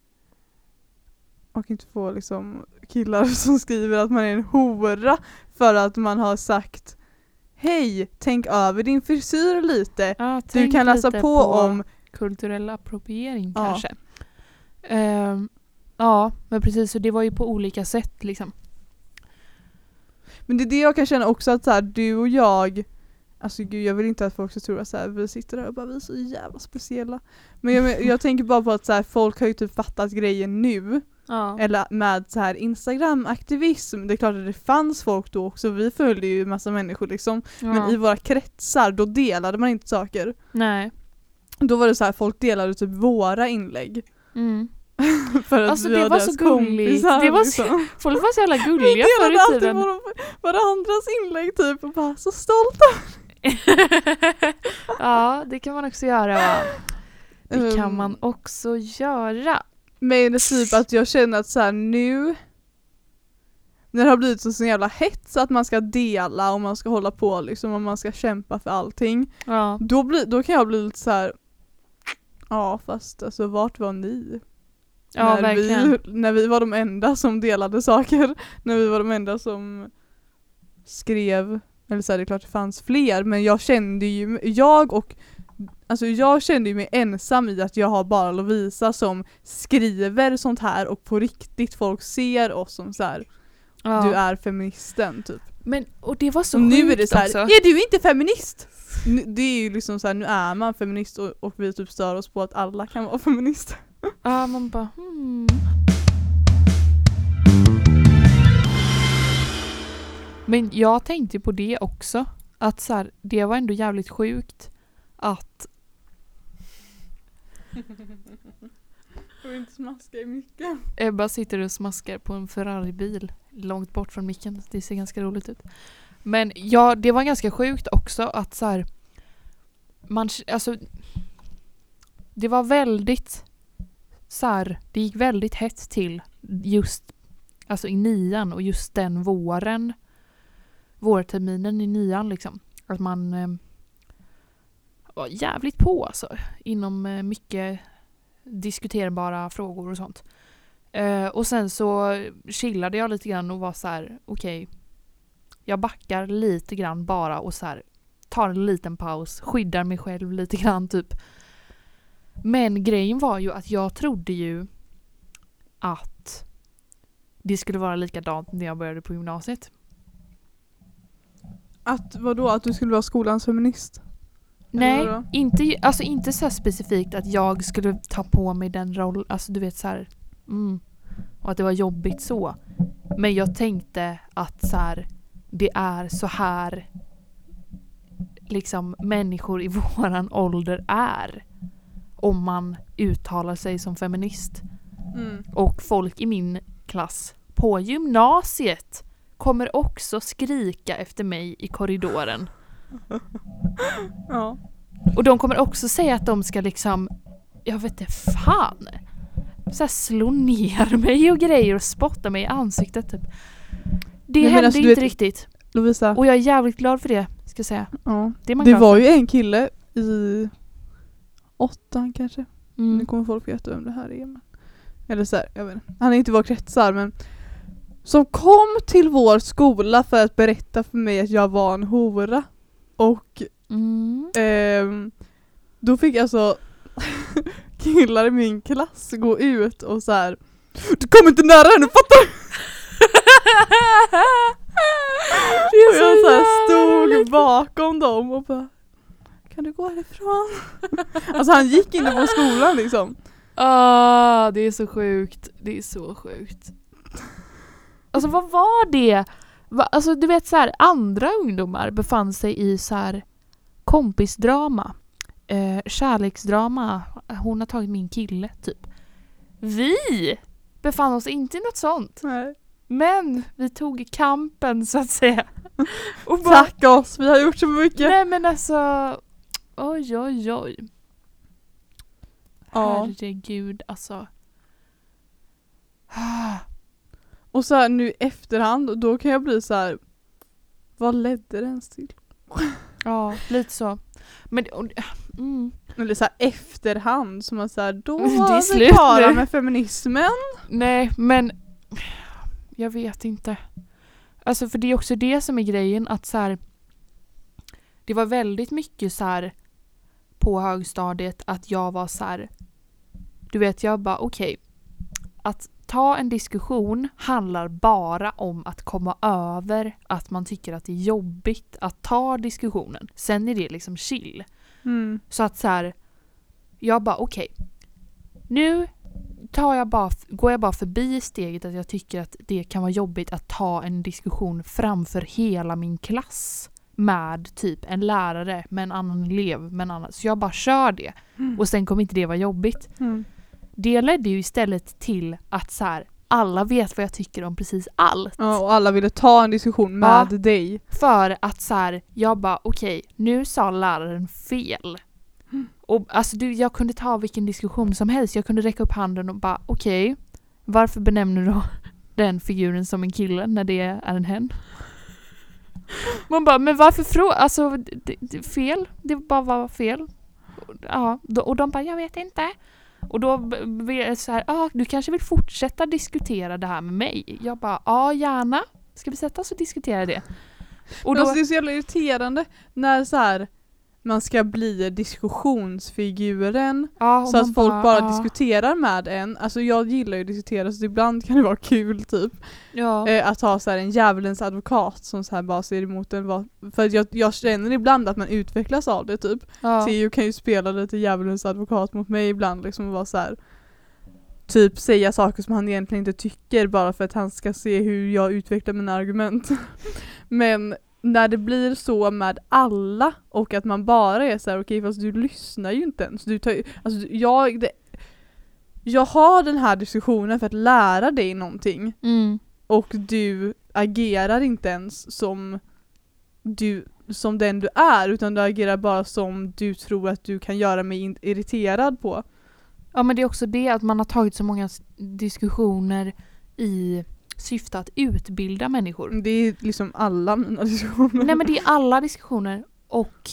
och inte få liksom killar som skriver att man är en hora för att man har sagt hej, tänk över din frisyr lite. Ja, Du tänk kan läsa lite på, om kulturell appropriering Ja. kanske. Ehm, ja, men precis, så det var ju på olika sätt liksom. Men det är det jag kan känna också, att så här, du och jag, alltså gud, jag vill inte att folk ska tro att så här, vi sitter där och bara, vi är så jävla speciella. Men jag, jag tänker bara på att så här, folk har ju typ fattat grejen nu. Ja. Eller med så här Instagram-aktivism. Det är klart att det fanns folk då också. Vi följde ju en massa människor liksom. Ja. Men i våra kretsar, då delade man inte saker. Nej. Då var det så här, folk delade typ våra inlägg. Mm. För att Alltså, vi det var var så deras gulligt. kompisar, Det var så- liksom. Folk var så jävla Vi gulliga förr delade i alltid tiden. våra, varandras inlägg typ och bara så stolta. Ja, det kan man också göra, va? Det kan Um, man också göra. Men det är typ att jag känner att så här nu, när det har blivit så, så jävla hets att man ska dela och man ska hålla på liksom, och man ska kämpa för allting, Ja. då, blir, då kan jag bli lite så här. Ja fast alltså vart var ni? Ja, när, verkligen. vi, när vi var de enda som delade saker, när vi var de enda som skrev, eller så här, det är klart det fanns fler, men jag kände ju, jag och Alltså jag kände ju mig ensam i att jag har bara Lovisa som skriver sånt här och på riktigt folk ser oss som så här, Ja. du är feministen typ. Men, och det var så Och nu sjukt är det så här, också. är du inte feminist? Nu, det är ju liksom så här, nu är man feminist och, och vi typ stör oss på att alla kan vara feminister. Ja, man bara hmm. Men jag tänkte på det också, att så här, det var ändå jävligt sjukt att Jag vill inte smaska i mycket. Ebba sitter och smaskar på en Ferrari-bil långt bort från micken. Det ser ganska roligt ut. Men ja, det var ganska sjukt också att så här, man, alltså det var väldigt så här, det gick väldigt hett till just alltså i nian och just den våren, vårterminen i nian liksom, att man eh, var jävligt på alltså inom eh, mycket diskuterbara frågor och sånt. Eh, och sen så chillade jag lite grann och var så här: okej, okay, jag backar lite grann bara och så här tar en liten paus, skyddar mig själv lite grann typ. Men grejen var ju att jag trodde ju att det skulle vara likadant när jag började på gymnasiet. Att vadå? Att du skulle vara skolans feminist? Nej, vadå? inte, alltså inte så här specifikt att jag skulle ta på mig den rollen, alltså du vet så här, mm, och att det var jobbigt så. Men jag tänkte att så här, det är så här liksom människor i våran ålder är om man uttalar sig som feminist. Mm. Och folk i min klass på gymnasiet kommer också skrika efter mig i korridoren. Ja. Och de kommer också säga att de ska liksom, jag vet inte fan, så här slå ner mig och grejer och spotta mig i ansiktet typ. Det Nej, men hände alltså, du inte vet- riktigt. Lovisa. Och jag är jävligt glad för det, ska jag säga. Ja. Det är man Det glad var för. ju en kille i åttan kanske. Nu Mm. kommer folk veta vem det här är. Men. Eller så här, jag vet inte. Han är inte i vår kretsar, men som kom till vår skola för att berätta för mig att jag var en hora. Och Mm. ehm, då fick alltså killar i min klass gå ut och så här: du kommer inte nära henne, fattar du? Det är Och jag så här jävla stod bakom dem och bara, kan du gå härifrån? Alltså han gick inne på skolan liksom. Ah, det är så sjukt. Det är så sjukt. Alltså vad var det? Va, alltså du vet så här, andra ungdomar befann sig i så här kompisdrama, eh, kärleksdrama. Hon har tagit min kille typ. Vi befann oss inte i något sånt. Nej. Men vi tog kampen så att säga. Och bara, Tack oss, vi har gjort så mycket. nej men alltså, oj oj oj. Ja. Herregud alltså. Och så här, nu i efterhand, då kan jag bli så här, vad ledde det ens till? Ja, lite så. Men och, mm. Eller så här efterhand som man så här, då Det är var vi slut klara nu. med feminismen. Nej, men jag vet inte. Alltså för det är också det som är grejen, att så här, det var väldigt mycket så här på högstadiet att jag var så här, du vet, jag bara okej, okay, att ta en diskussion handlar bara om att komma över att man tycker att det är jobbigt att ta diskussionen. Sen är det liksom chill. Mm. Så att så här, jag bara okej, okay, nu tar jag bara, går jag bara förbi steget att jag tycker att det kan vara jobbigt att ta en diskussion framför hela min klass med typ en lärare, med en annan elev, med en annan. Så jag bara kör det. Mm. Och sen kommer inte det vara jobbigt. Mm. Det ledde ju istället till att så här, alla vet vad jag tycker om precis allt. Ja, och alla ville ta en diskussion med Ja. dig. För att så här, jag bara okej, okay, nu sa läraren fel. Mm. Och alltså du, jag kunde ta vilken diskussion som helst. Jag kunde räcka upp handen och bara okej, okay, varför benämner du den figuren som en kille när det är en hen? Man bara, men varför fråga? Alltså det, det, fel, det bara var fel. Ja, och de bara, jag vet inte. Och då blir det så här, ah, du kanske vill fortsätta diskutera det här med mig. Jag bara, ja gärna. Ska vi sätta oss och diskutera det? Och Men då, alltså, det är så jävla irriterande när så här, man ska bli diskussionsfiguren ja, så att man folk bara ja, diskuterar med en. Alltså jag gillar ju att diskutera, så ibland kan det vara kul typ. ja. Eh, att ha så här en djävulens advokat som så här bara ser emot en. Var, för jag, jag känner ibland att man utvecklas av det typ. ja. Theo kan ju spela lite djävulens advokat mot mig ibland liksom, och vara så här, typ säga saker som han egentligen inte tycker bara för att han ska se hur jag utvecklar mina argument. Men när det blir så med alla och att man bara är så här, okej, okay, fast du lyssnar ju inte ens. Du tar, alltså, jag, det, jag har den här diskussionen för att lära dig någonting. Mm. Och du agerar inte ens som du som den du är, utan du agerar bara som du tror att du kan göra mig in- irriterad på. Ja, men det är också det att man har tagit så många diskussioner i syfte att utbilda människor. Det är liksom alla mina diskussioner. Nej, men det är alla diskussioner. Och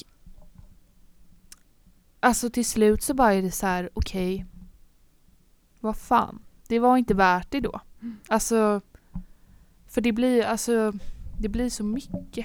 alltså till slut så bara är det så här, okej, okay, vad fan, det var inte värt det då. Alltså, för det blir, alltså, det blir så mycket.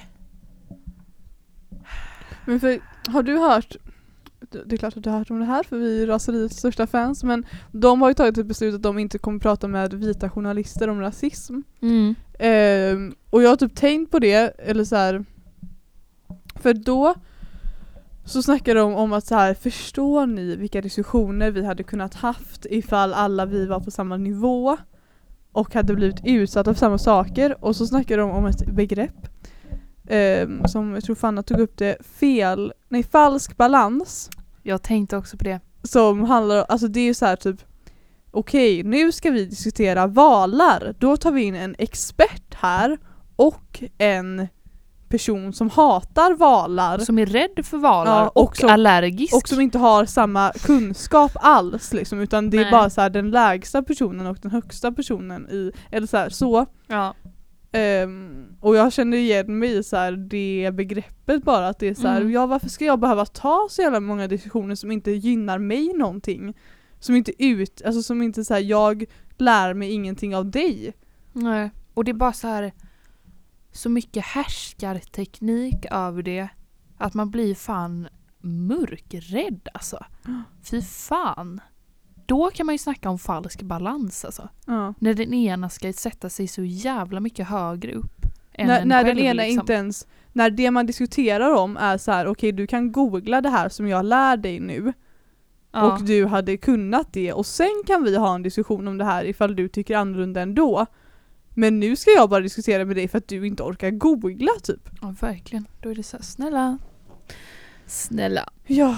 Men för, har du hört, det är klart att du har hört om det här för vi är raseriets största fans, men de har ju tagit ett beslut att de inte kommer prata med vita journalister om rasism. Mm. Eh, och jag har typ tänkt på det, eller så här, för då så snackar de om att så här, förstår ni vilka diskussioner vi hade kunnat haft ifall alla vi var på samma nivå och hade blivit utsatta för samma saker. Och så snackar de om ett begrepp eh, som jag tror Fanna tog upp det, fel, nej falsk balans. Jag tänkte också på det. Som handlar, alltså det är ju så här typ, okej, okay, nu ska vi diskutera valar. Då tar vi in en expert här och en person som hatar valar. Som är rädd för valar, ja, och, och som, allergisk. Och som inte har samma kunskap alls liksom, utan det Nej. är bara så här den lägsta personen och den högsta personen i, eller så här, så. Ja. Um, och jag känner igen mig i så här, det begreppet bara, att det är så här, Mm. ja, varför ska jag behöva ta så jävla många diskussioner som inte gynnar mig någonting? Som inte ut, alltså som inte så här, jag lär mig ingenting av dig. Nej. Och det är bara så här, så mycket härskarteknik över det att man blir fan mörkrädd alltså. Fy fan. då kan man ju snacka om falsk balans alltså. Ja. När den ena ska sätta sig så jävla mycket högre upp än När, en när själv, den ena liksom. inte ens, när det man diskuterar om är så här: okej okay, du kan googla det här som jag lär dig nu. Ja. Och du hade kunnat det och sen kan vi ha en diskussion om det här ifall du tycker annorlunda ändå. Men nu ska jag bara diskutera med dig för att du inte orkar googla typ. Ja, verkligen. Då är det så här, snälla. Snälla. Ja.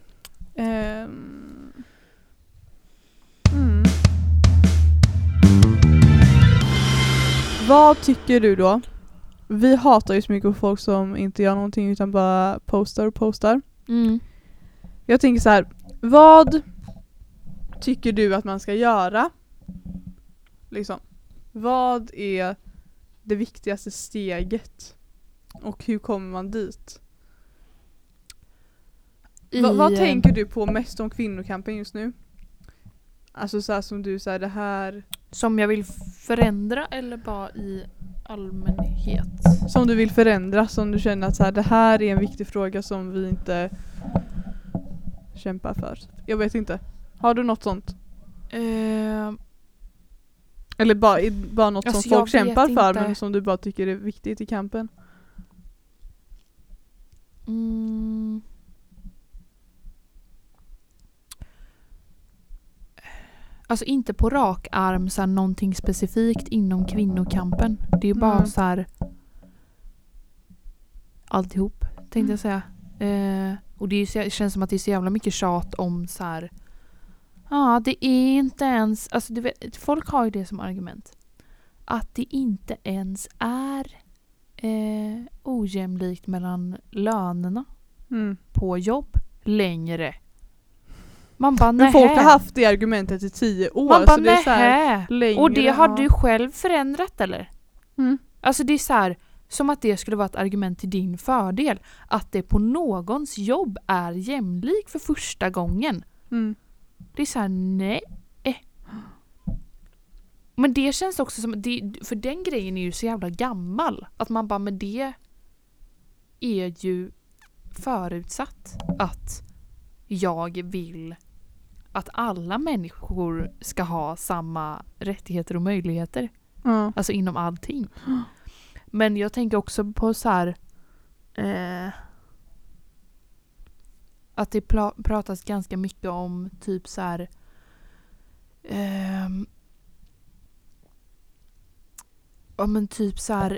Ehm. Mm. Vad tycker du då? Vi hatar ju så mycket på folk som inte gör någonting utan bara postar och postar. Mm. Jag tänker så här, vad tycker du att man ska göra? Liksom. Vad är det viktigaste steget? Och hur kommer man dit? I, Va, vad tänker du på mest om kvinnokampen just nu? Alltså så här som du säger det här. Som jag vill förändra eller bara i allmänhet? Som du vill förändra, som du känner att så här, det här är en viktig fråga som vi inte kämpar för. Jag vet inte. Har du något sånt? Uh, Eller bara, bara något alltså som folk kämpar för inte. men som du bara tycker är viktigt i kampen? Mm. Alltså inte på rak arm så här, någonting specifikt inom kvinnokampen. Det är ju bara Mm. så här alltihop tänkte Mm. jag säga. Eh, och det, är så, det känns som att det är så jävla mycket tjat om så här. Ja, ah, det är inte ens, alltså du vet, folk har ju det som argument. Att det inte ens är eh, ojämlikt mellan lönerna Mm. på jobb längre. Man bara, Men nähä. folk har haft det argumentet i tio år. Man bara, så det är så här, nähä. längre, Och det har ja. du själv förändrat eller? Mm. Alltså det är så här, som att det skulle vara ett argument till din fördel. Att det på någons jobb är jämlik för första gången. Mm. Det är så här, nej. Men det känns också som, det, för den grejen är ju så jävla gammal. Att man bara, med det är ju förutsatt att jag vill att alla människor ska ha samma rättigheter och möjligheter. Ja. Alltså inom allting. Men jag tänker också på så här eh, att det pla- pratas ganska mycket om typ så här eh, ja men typ så här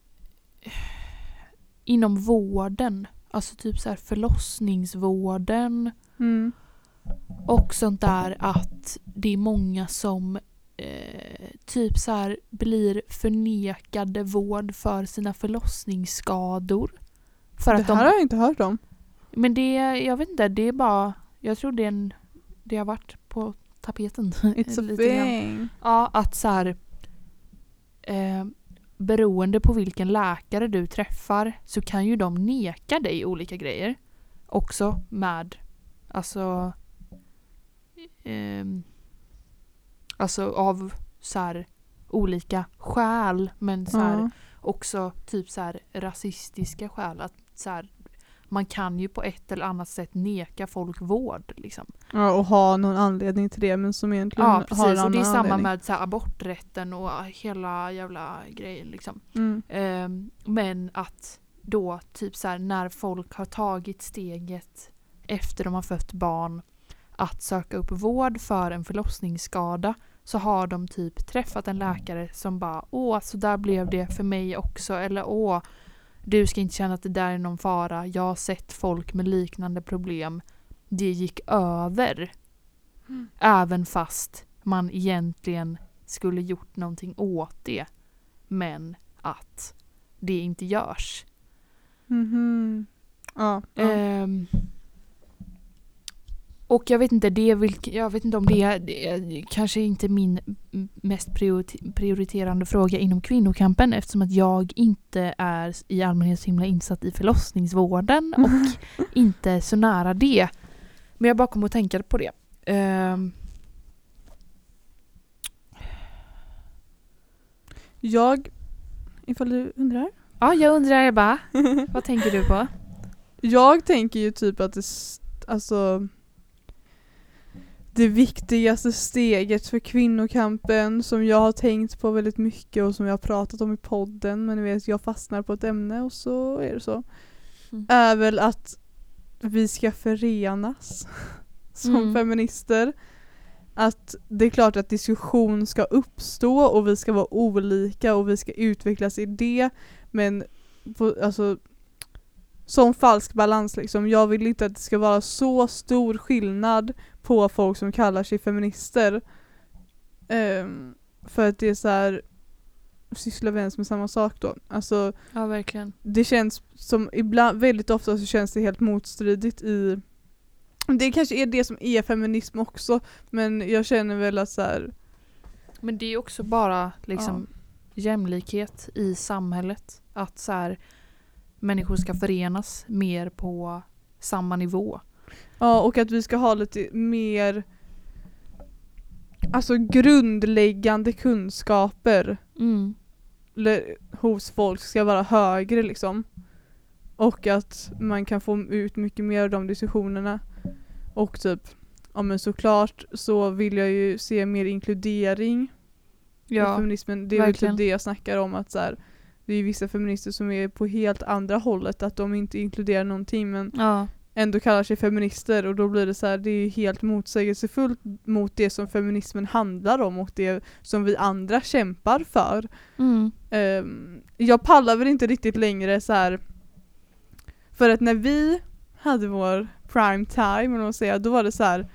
inom vården, alltså typ så här förlossningsvården Mm. och sånt där, att det är många som eh, typ så här blir förnekade vård för sina förlossningsskador. För Det att här de, har jag inte hört om. men det, jag vet inte, det är bara, jag tror det är en, det har varit på tapeten. It's a lite grann. thing. Ja, att så här eh, beroende på vilken läkare du träffar så kan ju de neka dig olika grejer. Också med alltså eh, alltså av så här olika skäl, men så här Ja. också typ så här rasistiska skäl, att så här, man kan ju på ett eller annat sätt neka folk vård liksom. Ja, och ha någon anledning till det, men som egentligen Ja, har en precis. Och det är annan samma anledning. med så här, aborträtten och hela jävla grejen liksom. Mm. Um, men att då typ så här, när folk har tagit steget efter de har fött barn att söka upp vård för en förlossningsskada, så har de typ träffat en läkare som bara, åh så där blev det för mig också, eller åh du ska inte känna att det där är någon fara, jag har sett folk med liknande problem, det gick över. Mm. Även fast man egentligen skulle gjort någonting åt det, men att det inte görs. Mhm. Ja. ja. Ehm, och jag vet inte, det är vilk, jag vet inte om det är, det är kanske inte min m- mest prioriter- prioriterande fråga inom kvinnokampen, eftersom att jag inte är i allmänhet så himla insatt i förlossningsvården och inte så nära det. Men jag bara kom att tänka på det. Ehm, Jag, ifall du undrar. ja, jag undrar Ebba, vad tänker du på? Jag tänker ju typ att det, s- alltså, det viktigaste steget för kvinnokampen som jag har tänkt på väldigt mycket och som jag har pratat om i podden, men ni vet, jag fastnar på ett ämne och så är det så. Mm. Är väl att vi ska förenas som mm. feminister. Att det är klart att diskussion ska uppstå och vi ska vara olika och vi ska utvecklas i det, men på, alltså som falsk balans liksom. Jag vill inte att det ska vara så stor skillnad på folk som kallar sig feminister. Um, för att det är så här, sysslar vi ens med samma sak då. Alltså, ja, verkligen. Det känns som ibland, väldigt ofta så känns det helt motstridigt i, det kanske är det som är feminism också, men jag känner väl att så här, men det är också bara liksom ja. jämlikhet i samhället, att så här människor ska förenas mer på samma nivå. Ja, och att vi ska ha lite mer alltså grundläggande kunskaper mm. hos folk ska vara högre liksom. Och att man kan få ut mycket mer av de diskussionerna. Och typ, ja men såklart så vill jag ju se mer inkludering ja, i feminismen. Det är väl typ det jag snackar om, att så här, det är vissa feminister som är på helt andra hållet, att de inte inkluderar någonting men ja. ändå kallar sig feminister, och då blir det så här, det är helt motsägelsefullt mot det som feminismen handlar om och det som vi andra kämpar för. Mm. Um, jag pallar väl inte riktigt längre så här, för att när vi hade vår prime time, och säga, då var det så här,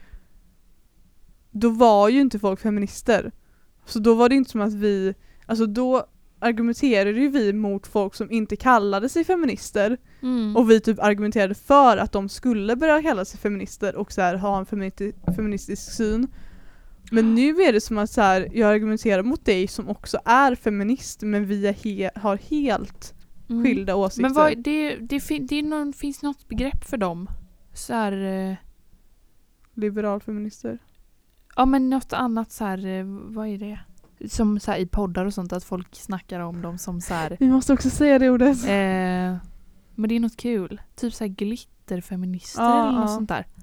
då var ju inte folk feminister. Så då var det inte som att vi, alltså då argumenterade ju vi mot folk som inte kallade sig feminister. Mm. Och vi typ argumenterade för att de skulle börja kalla sig feminister och så här, ha en femini- feministisk syn. Men nu är det som att så här, jag argumenterar mot dig som också är feminist, men vi är he- har helt mm. skilda åsikter. Men vad, det, det, fin- det är någon, finns något begrepp för dem? Så här, eh... liberalfeminister. Ja, men något annat så här, eh, vad är det? Som så här, i poddar och sånt, att folk snackar om dem som så här. Vi måste också säga det ordet. Eh, men det är något kul. Typ så här glitterfeminister ja, eller något ja. sånt där.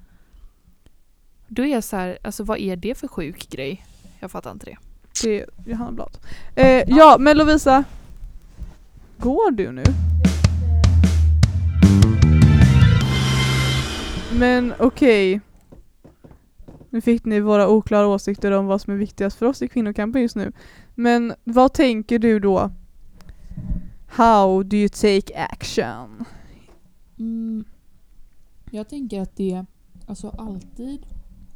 Då är jag så här, alltså vad är det för sjuk grej? Jag fattar inte det. Det är Johanna Blad. Eh, ja. ja, men Lovisa. Går du nu? Men okej. Okay. Nu fick ni våra oklara åsikter om vad som är viktigast för oss i kvinnokampen just nu. Men vad tänker du då? How do you take action? Mm, jag tänker att det alltså alltid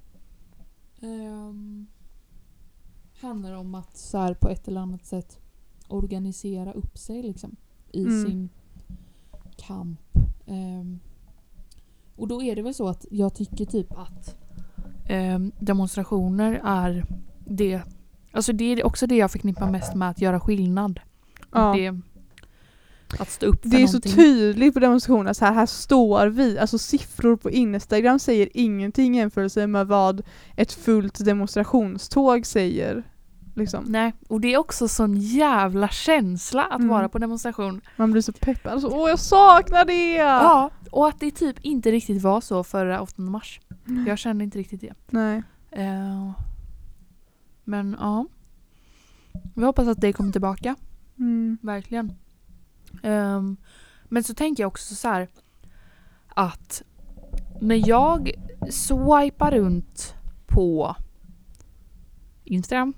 um, handlar om att så här, på ett eller annat sätt organisera upp sig liksom, i mm. sin kamp. Um, och då är det väl så att jag tycker typ att um, demonstrationer är det, alltså det är också det jag förknippar mest med att göra skillnad. Ja. Det, att stå upp för det är någonting. Så tydligt på demonstrationerna, så här, här står vi, alltså siffror på Instagram säger ingenting i jämförelse med vad ett fullt demonstrationståg säger. Liksom. Nej, och det är också sån jävla känsla att mm. vara på demonstration. Man blir så peppad. Alltså, åh, jag saknar det! Ja, och att det typ inte riktigt var så förra åttonde mars. Mm. Jag kände inte riktigt det. Nej. Uh, men ja. Vi hoppas att det kommer tillbaka. Mm. Verkligen. Um, men så tänker jag också så här att när jag swipar runt på Instagram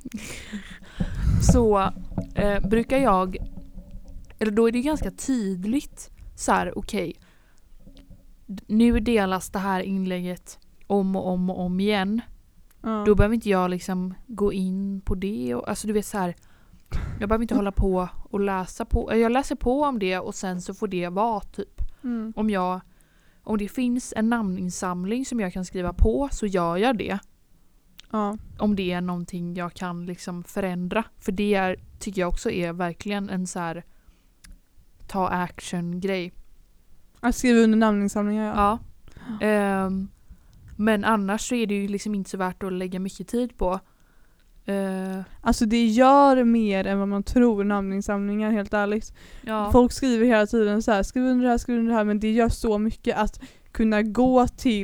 så eh, brukar jag, eller då är det ganska tydligt så här, okej, okay, nu delas det här inlägget om och om och om igen. Mm. Då behöver inte jag liksom gå in på det och, alltså du vet så här, jag behöver inte hålla på och läsa på. Jag läser på om det och sen så får det vara typ. Mm. Om jag om det finns en namninsamling som jag kan skriva på så gör jag det. Ja. Om det är någonting jag kan liksom förändra. För det är, tycker jag också är verkligen en så här ta action grej. Att skriva under namninsamlingar, ja. Ja. Um, men annars så är det ju liksom inte så värt att lägga mycket tid på. Uh, alltså det gör mer än vad man tror, namninsamlingar, helt ärligt. Ja. Folk skriver hela tiden så här, skriv under det här, skriv under det här, men det gör så mycket att kunna gå till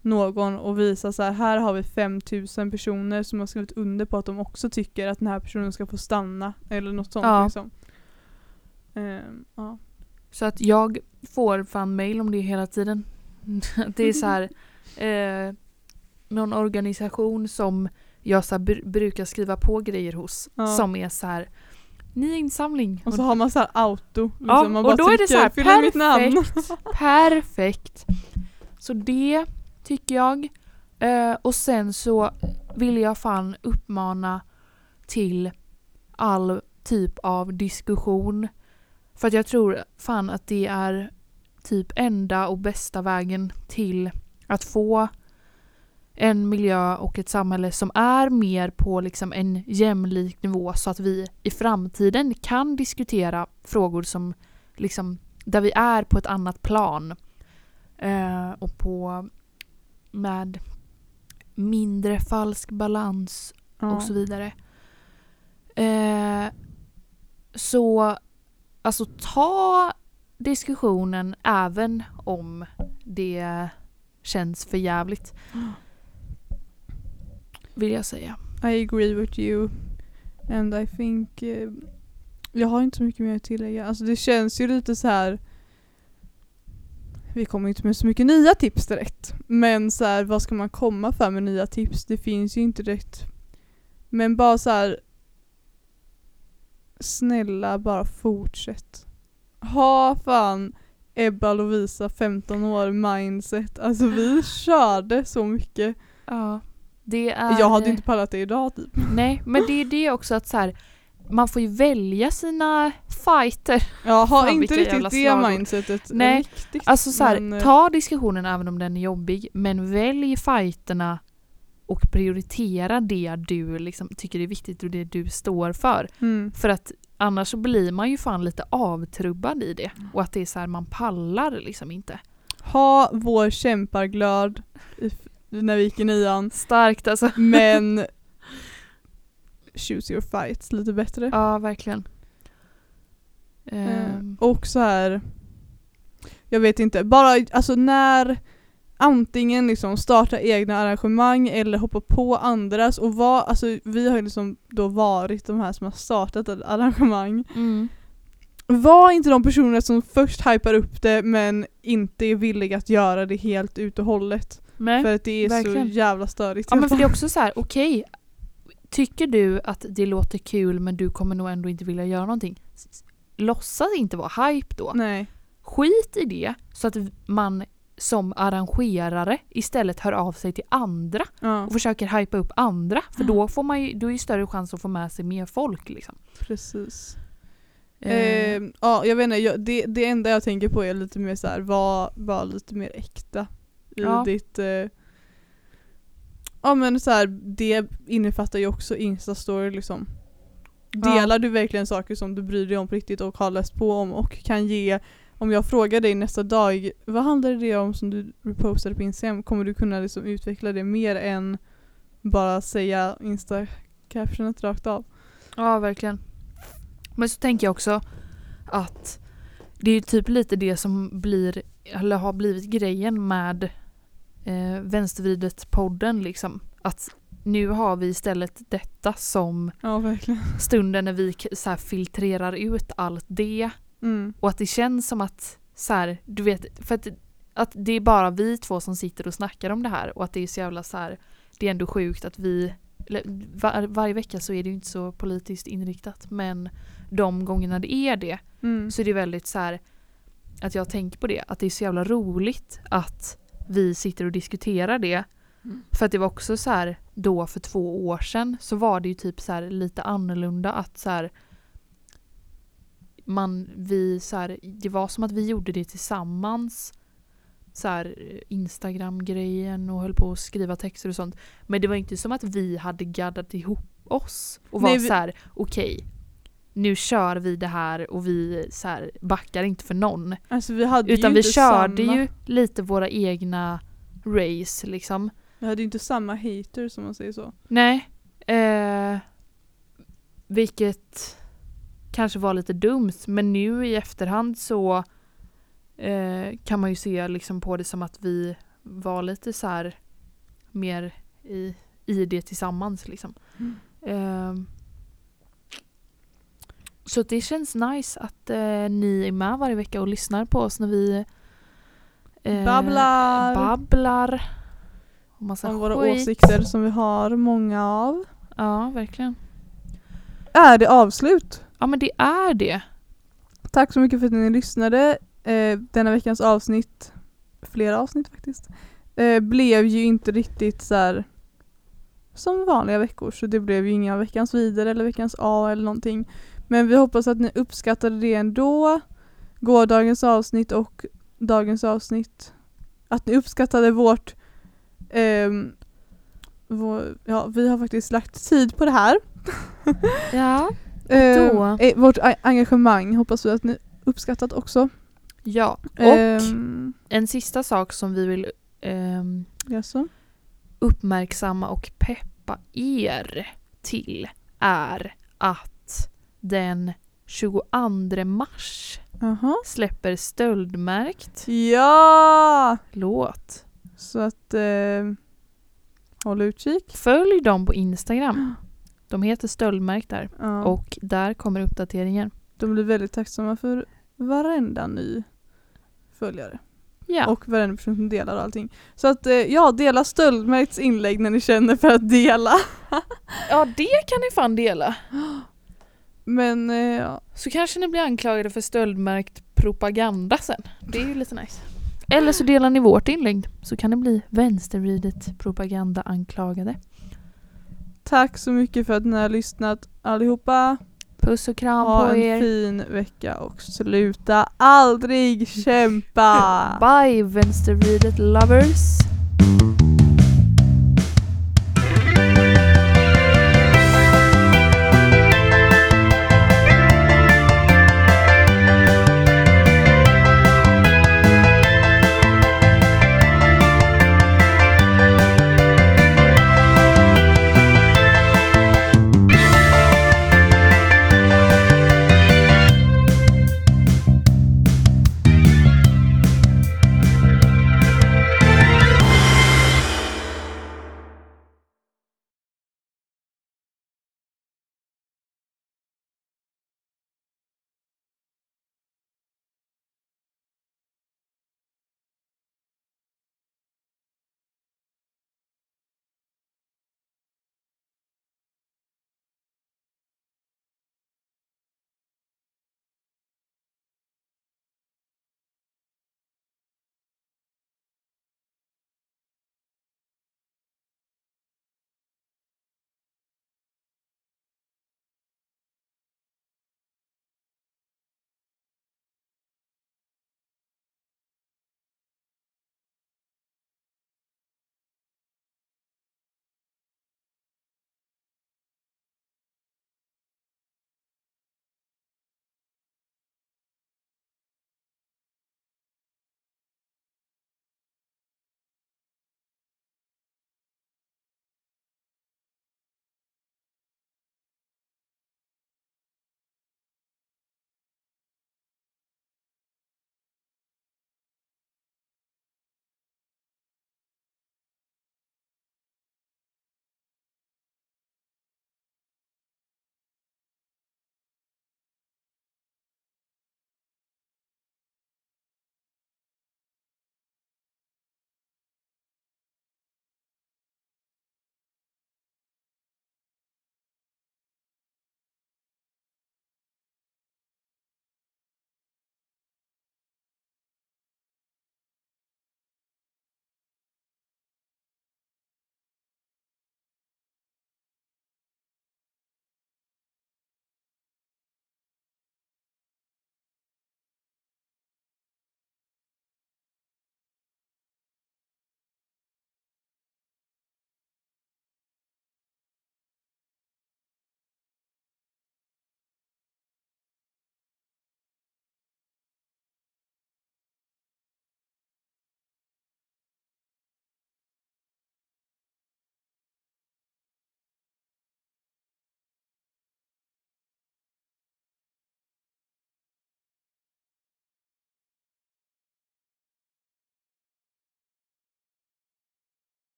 någon och visa så här, här har vi fem tusen personer som har skrivit under på att de också tycker att den här personen ska få stanna eller något sånt Ja. liksom. Um, ja. Så att jag får fan mail om det hela tiden. Det är så här eh, någon organisation som jag så här, br- brukar skriva på grejer hos Ja. som är så här ny insamling. Och så har man så här auto. Liksom. Ja, man och bara då är det så här, fyll i mitt namn. perfekt. Perfekt. Så det tycker jag. Eh, och sen så vill jag fan uppmana till all typ av diskussion. För att jag tror fan att det är typ enda och bästa vägen till att få en miljö och ett samhälle som är mer på liksom en jämlik nivå så att vi i framtiden kan diskutera frågor som liksom där vi är på ett annat plan eh, och på med mindre falsk balans Ja. och så vidare. Eh, så alltså ta diskussionen även om det känns för jävligt. Vill jag säga. I agree with you. And I think uh, jag har inte så mycket mer att tillägga. Alltså det känns ju lite så här. Vi kommer inte med så mycket nya tips direkt. Men så här, vad ska man komma för med nya tips? Det finns ju inte direkt. Men bara så här. Snälla, bara fortsätt. Ha fan Ebba Lovisa femton år mindset. Alltså vi körde så mycket. Ja. Det är, Jag hade inte pallat det idag typ. Nej, men det är det också att så här, man får ju välja sina fighter. Jag har Fan, inte vilka jävla riktigt det slagord. mindsetet. Nej, riktigt, Alltså så här, men, ta diskussionen även om den är jobbig, men välj fighterna och prioritera det du liksom tycker är viktigt och det du står för. mm. För att annars så blir man ju fan lite avtrubbad i det. Och att det är så här, man pallar liksom inte. Ha vår kämparglöd i, när vi gick i nian. Starkt alltså. Men choose your fights lite bättre. Ja, verkligen. Eh, Um, och så här, jag vet inte, bara alltså när antingen liksom starta egna arrangemang eller hoppa på andras och var, alltså vi har ju liksom då varit de här som har startat ett arrangemang. mm. Var inte de personer som först hypar upp det men inte är villiga att göra det helt ut och hållet. Nej, För att det är verkligen. så jävla störigt. Ja, men för det är också så här, okej, tycker du att det låter kul men du kommer nog ändå inte vilja göra någonting. S- Låtsas inte vara hype då. Nej. Skit i det så att man som arrangerare istället hör av sig till andra Ja, och försöker hypa upp andra. För då får man ju, då är ju större chans att få med sig mer folk liksom. precis. Eh, Eh, ja, jag vet inte, jag, det, det enda jag tänker på är lite mer så här, var, var lite mer äkta i Ja. ditt eh, ja men så här, det innefattar ju också Insta-story liksom. Delar Ja. du verkligen saker som du bryr dig om på riktigt och har läst på om och kan ge, om jag frågar dig nästa dag, vad handlar det om som du repostade på Instagram, kommer du kunna liksom utveckla det mer än bara säga Insta-captionet rakt av? Ja, verkligen. Men så tänker jag också att det är typ lite det som blir, eller har blivit grejen med eh, Vänstervridet-podden liksom. Att nu har vi istället detta som Ja, verkligen. stunden när vi k- så här filtrerar ut allt det. Mm. Och att det känns som att så här, du vet, för att, att det är bara vi två som sitter och snackar om det här. Och att det är så jävla så här, det är ändå sjukt att vi, eller, var, varje vecka så är det ju inte så politiskt inriktat. Men de gångerna det är det Mm. så är det väldigt så här att jag tänker på det. Att det är så jävla roligt att vi sitter och diskuterar det. Mm. För att det var också så här då för två år sedan så var det ju typ så här lite annorlunda att så här man vi så här, det var som att vi gjorde det tillsammans så här Instagram-grejen och höll på att skriva texter och sånt. Men det var inte som att vi hade gaddat ihop oss och var Nej, vi- så här okej, nu kör vi det här och vi så här backar inte för någon. Alltså vi hade Utan ju vi inte körde samma, ju lite våra egna race liksom. vi hade ju inte samma hater som man säger så. Nej. Eh, vilket kanske var lite dumt. Men nu i efterhand så eh, kan man ju se liksom på det som att vi vara lite så här mer i, i det tillsammans liksom. Mm. Um, så det känns nice att uh, ni är med varje vecka och lyssnar på oss när vi uh, Babblar. babblar och massa Om våra skit. åsikter som vi har många av. Ja, verkligen. Är det avslut? Ja, men det är det. Tack så mycket för att ni lyssnade. Eh, denna veckans avsnitt, flera avsnitt faktiskt, eh, blev ju inte riktigt så här som vanliga veckor. Så det blev ju inga veckans vidare eller veckans A eller någonting. Men vi hoppas att ni uppskattade det ändå. Gårdagens avsnitt och dagens avsnitt. Att ni uppskattade vårt... ehm, vår, ja, vi har faktiskt lagt tid på det här. Ja. Ehm, då? eh, vårt a- engagemang hoppas vi att ni uppskattat också. Ja, och Ehm, en sista sak som vi vill ehm, jaså? uppmärksamma och peppa er till är att den tjugoandra mars Aha. släpper Stöldmärkt Ja! låt. Så att eh, håll utkik. Följ dem på Instagram. De heter Stöldmärkt där. Ja. Och där kommer uppdateringen. De blir väldigt tacksamma för varenda ny följare. Ja. Och varenda person som delar och allting. Så att eh, ja, dela Stöldmärkts inlägg när ni känner för att dela. ja, det kan ni fan dela. Men eh, ja. Så kanske ni blir anklagade för stöldmärkt propaganda sen. Det är ju lite nice. Eller så delar ni vårt inlägg. Så kan det bli vänstervridet propaganda anklagade. Tack så mycket för att ni har lyssnat allihopa. Puss och kram Ha på en er. fin vecka och sluta aldrig kämpa. Bye vänstervridet lovers.